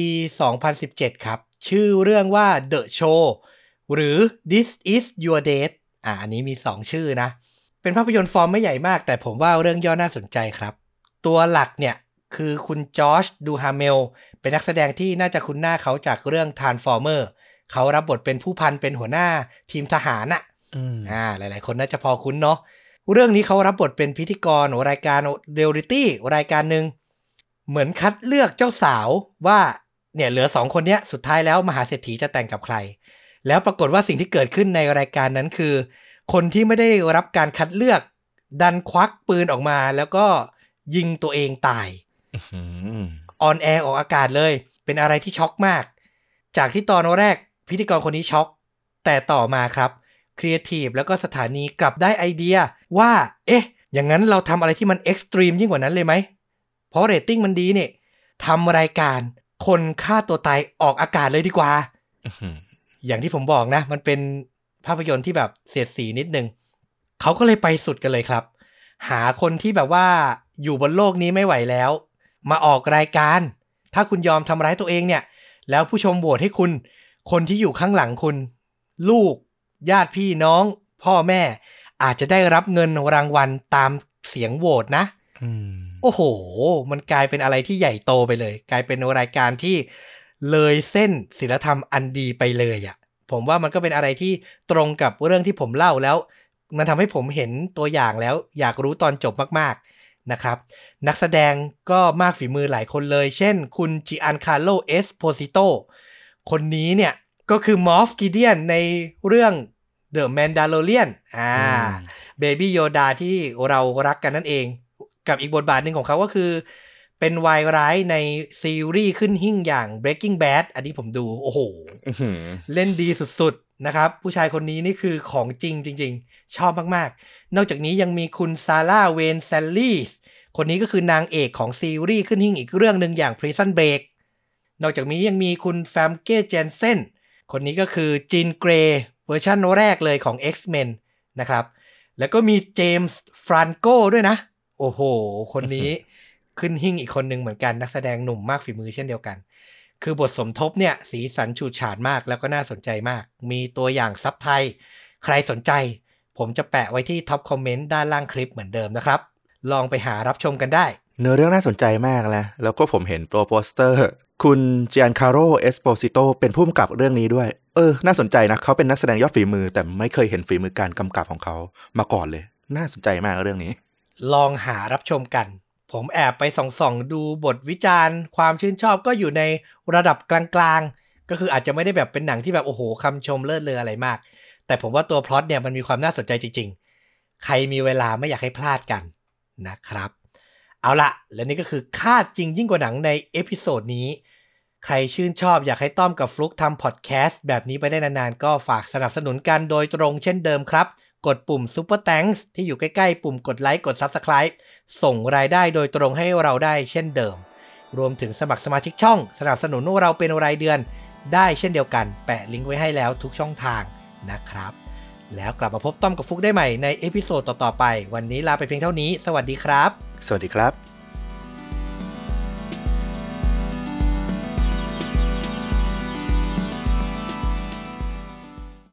2017 ครับชื่อเรื่องว่า The Show หรือ This Is Your Date อันนี้มี2ชื่อนะเป็นภาพยนตร์ฟอร์มไม่ใหญ่มากแต่ผมว่าเรื่องย่อน่าสนใจครับตัวหลักเนี่ยคือคุณจอร์จดูฮาเมลเป็นนักแสดงที่น่าจะคุ้นหน้าเขาจากเรื่อง Transformer เขารับบทเป็นผู้พันเป็นหัวหน้าทีมทหารน่ะหลายๆคนน่าจะพอคุ้นเนาะเรื่องนี้เขารับบทเป็นพิธีกรรายการเรียลลิตี้รายการหนึ่งเหมือนคัดเลือกเจ้าสาวว่าเนี่ยเหลือ2คนเนี้ยสุดท้ายแล้วมหาเศรษฐีจะแต่งกับใครแล้วปรากฏว่าสิ่งที่เกิดขึ้นในรายการนั้นคือคนที่ไม่ได้รับการคัดเลือกดันควักปืนออกมาแล้วก็ยิงตัวเองตายออนแอร์ออกอากาศเลยเป็นอะไรที่ช็อกมากจากที่ตอนแรกพิธีกรคนนี้ช็อกแต่ต่อมาครับครีเอทีฟแล้วก็สถานีกลับได้ไอเดียว่าอย่างนั้นเราทำอะไรที่มันเอ็กซ์ตรีมยิ่งกว่านั้นเลยไหมเพราะเรตติ้งมันดีเนี่ยทำรายการคนฆ่าตัวตายออกอากาศเลยดีกว่าอย่างที่ผมบอกนะมันเป็นภาพยนตร์ที่แบบเสียดสีนิดนึงเขาก็เลยไปสุดกันเลยครับหาคนที่แบบว่าอยู่บนโลกนี้ไม่ไหวแล้วมาออกรายการถ้าคุณยอมทำร้ายตัวเองเนี่ยแล้วผู้ชมโหวตให้คุณคนที่อยู่ข้างหลังคุณลูกญาติพี่น้องพ่อแม่อาจจะได้รับเงินรางวัลตามเสียงโหวตนะโอ้โหมันกลายเป็นอะไรที่ใหญ่โตไปเลยกลายเป็นรายการที่เลยเส้นศีลธรรมอันดีไปเลยอ่ะผมว่ามันก็เป็นอะไรที่ตรงกับเรื่องที่ผมเล่าแล้วมันทำให้ผมเห็นตัวอย่างแล้วอยากรู้ตอนจบมากๆนะครับนักแสดงก็มากฝีมือหลายคนเลยเช่นคุณจิอันคาร์โล เอสโพซิโตคนนี้เนี่ยก็คือมอฟกิเดียนในเรื่อง The Mandalorian Baby Yoda ที่เรารักกันนั่นเองกับอีกบทบาทหนึ่งของเขาก็คือเป็นวายร้ายในซีรีส์ขึ้นหิ่งอย่าง Breaking Bad อันนี้ผมดูโอ้โหเล่นดีสุดนะครับผู้ชายคนนี้นี่คือของจริงจริงๆชอบมากๆนอกจากนี้ยังมีคุณซาร่าเวนแซลลีสคนนี้ก็คือนางเอกของซีรีส์ขึ้นหิ่งอีกเรื่องนึงอย่าง Prison Break นอกจากนี้ยังมีคุณแฟมเก้เจนเซนคนนี้ก็คือจีนเกรย์เวอร์ชันแรกเลยของ X-Men นะครับแล้วก็มีเจมส์ฟรานโกด้วยนะโอ้โหคนนี้ขึ้นหิ่งอีกคนนึงเหมือนกันนักแสดงหนุ่มมากฝีมือเช่นเดียวกันคือบทสมทบเนี่ยสีสันฉูดฉาดมากแล้วก็น่าสนใจมากมีตัวอย่างซับไทยใครสนใจผมจะแปะไว้ที่ท็อปคอมเมนต์ด้านล่างคลิปเหมือนเดิมนะครับลองไปหารับชมกันได้เนื้อเรื่องน่าสนใจมากนะแล้วก็ผมเห็นโปสเตอร์คุณเจียนคาโรเอสโปซิโตเป็นผู้กำกับเรื่องนี้ด้วยน่าสนใจนะเขาเป็นนักแสดงยอดฝีมือแต่ไม่เคยเห็นฝีมือการกำกับของเขามาก่อนเลยน่าสนใจมากเรื่องนี้ลองหารับชมกันผมแอบไปส่องดูบทวิจารณ์ความชื่นชอบก็อยู่ในระดับกลางๆก็คืออาจจะไม่ได้แบบเป็นหนังที่แบบโอ้โหคำชมเลิศเลออะไรมากแต่ผมว่าตัวพล็อตเนี่ยมันมีความน่าสนใจจริงๆใครมีเวลาไม่อยากให้พลาดกันนะครับเอาละและนี่ก็คือคาดจริงยิ่งกว่าหนังในเอพิโซดนี้ใครชื่นชอบอยากให้ต้อมกับฟลุกทำพอดแคสต์แบบนี้ไปได้นานๆก็ฝากสนับสนุนกันโดยตรงเช่นเดิมครับกดปุ่ม Super Thanks ที่อยู่ใกล้ๆปุ่มกดไลค์กด Subscribe ส่งรายได้โดยตรงให้เราได้เช่นเดิมรวมถึงสมัครสมาชิกช่องสนับสนุนเราเป็นรายเดือนได้เช่นเดียวกันแปะลิงก์ไว้ให้แล้วทุกช่องทางนะครับแล้วกลับมาพบต้อมกับฟุกได้ใหม่ในเอพิโซดต่อๆไปวันนี้ลาไปเพียงเท่านี้สวัสดีครับสวัสดีครับ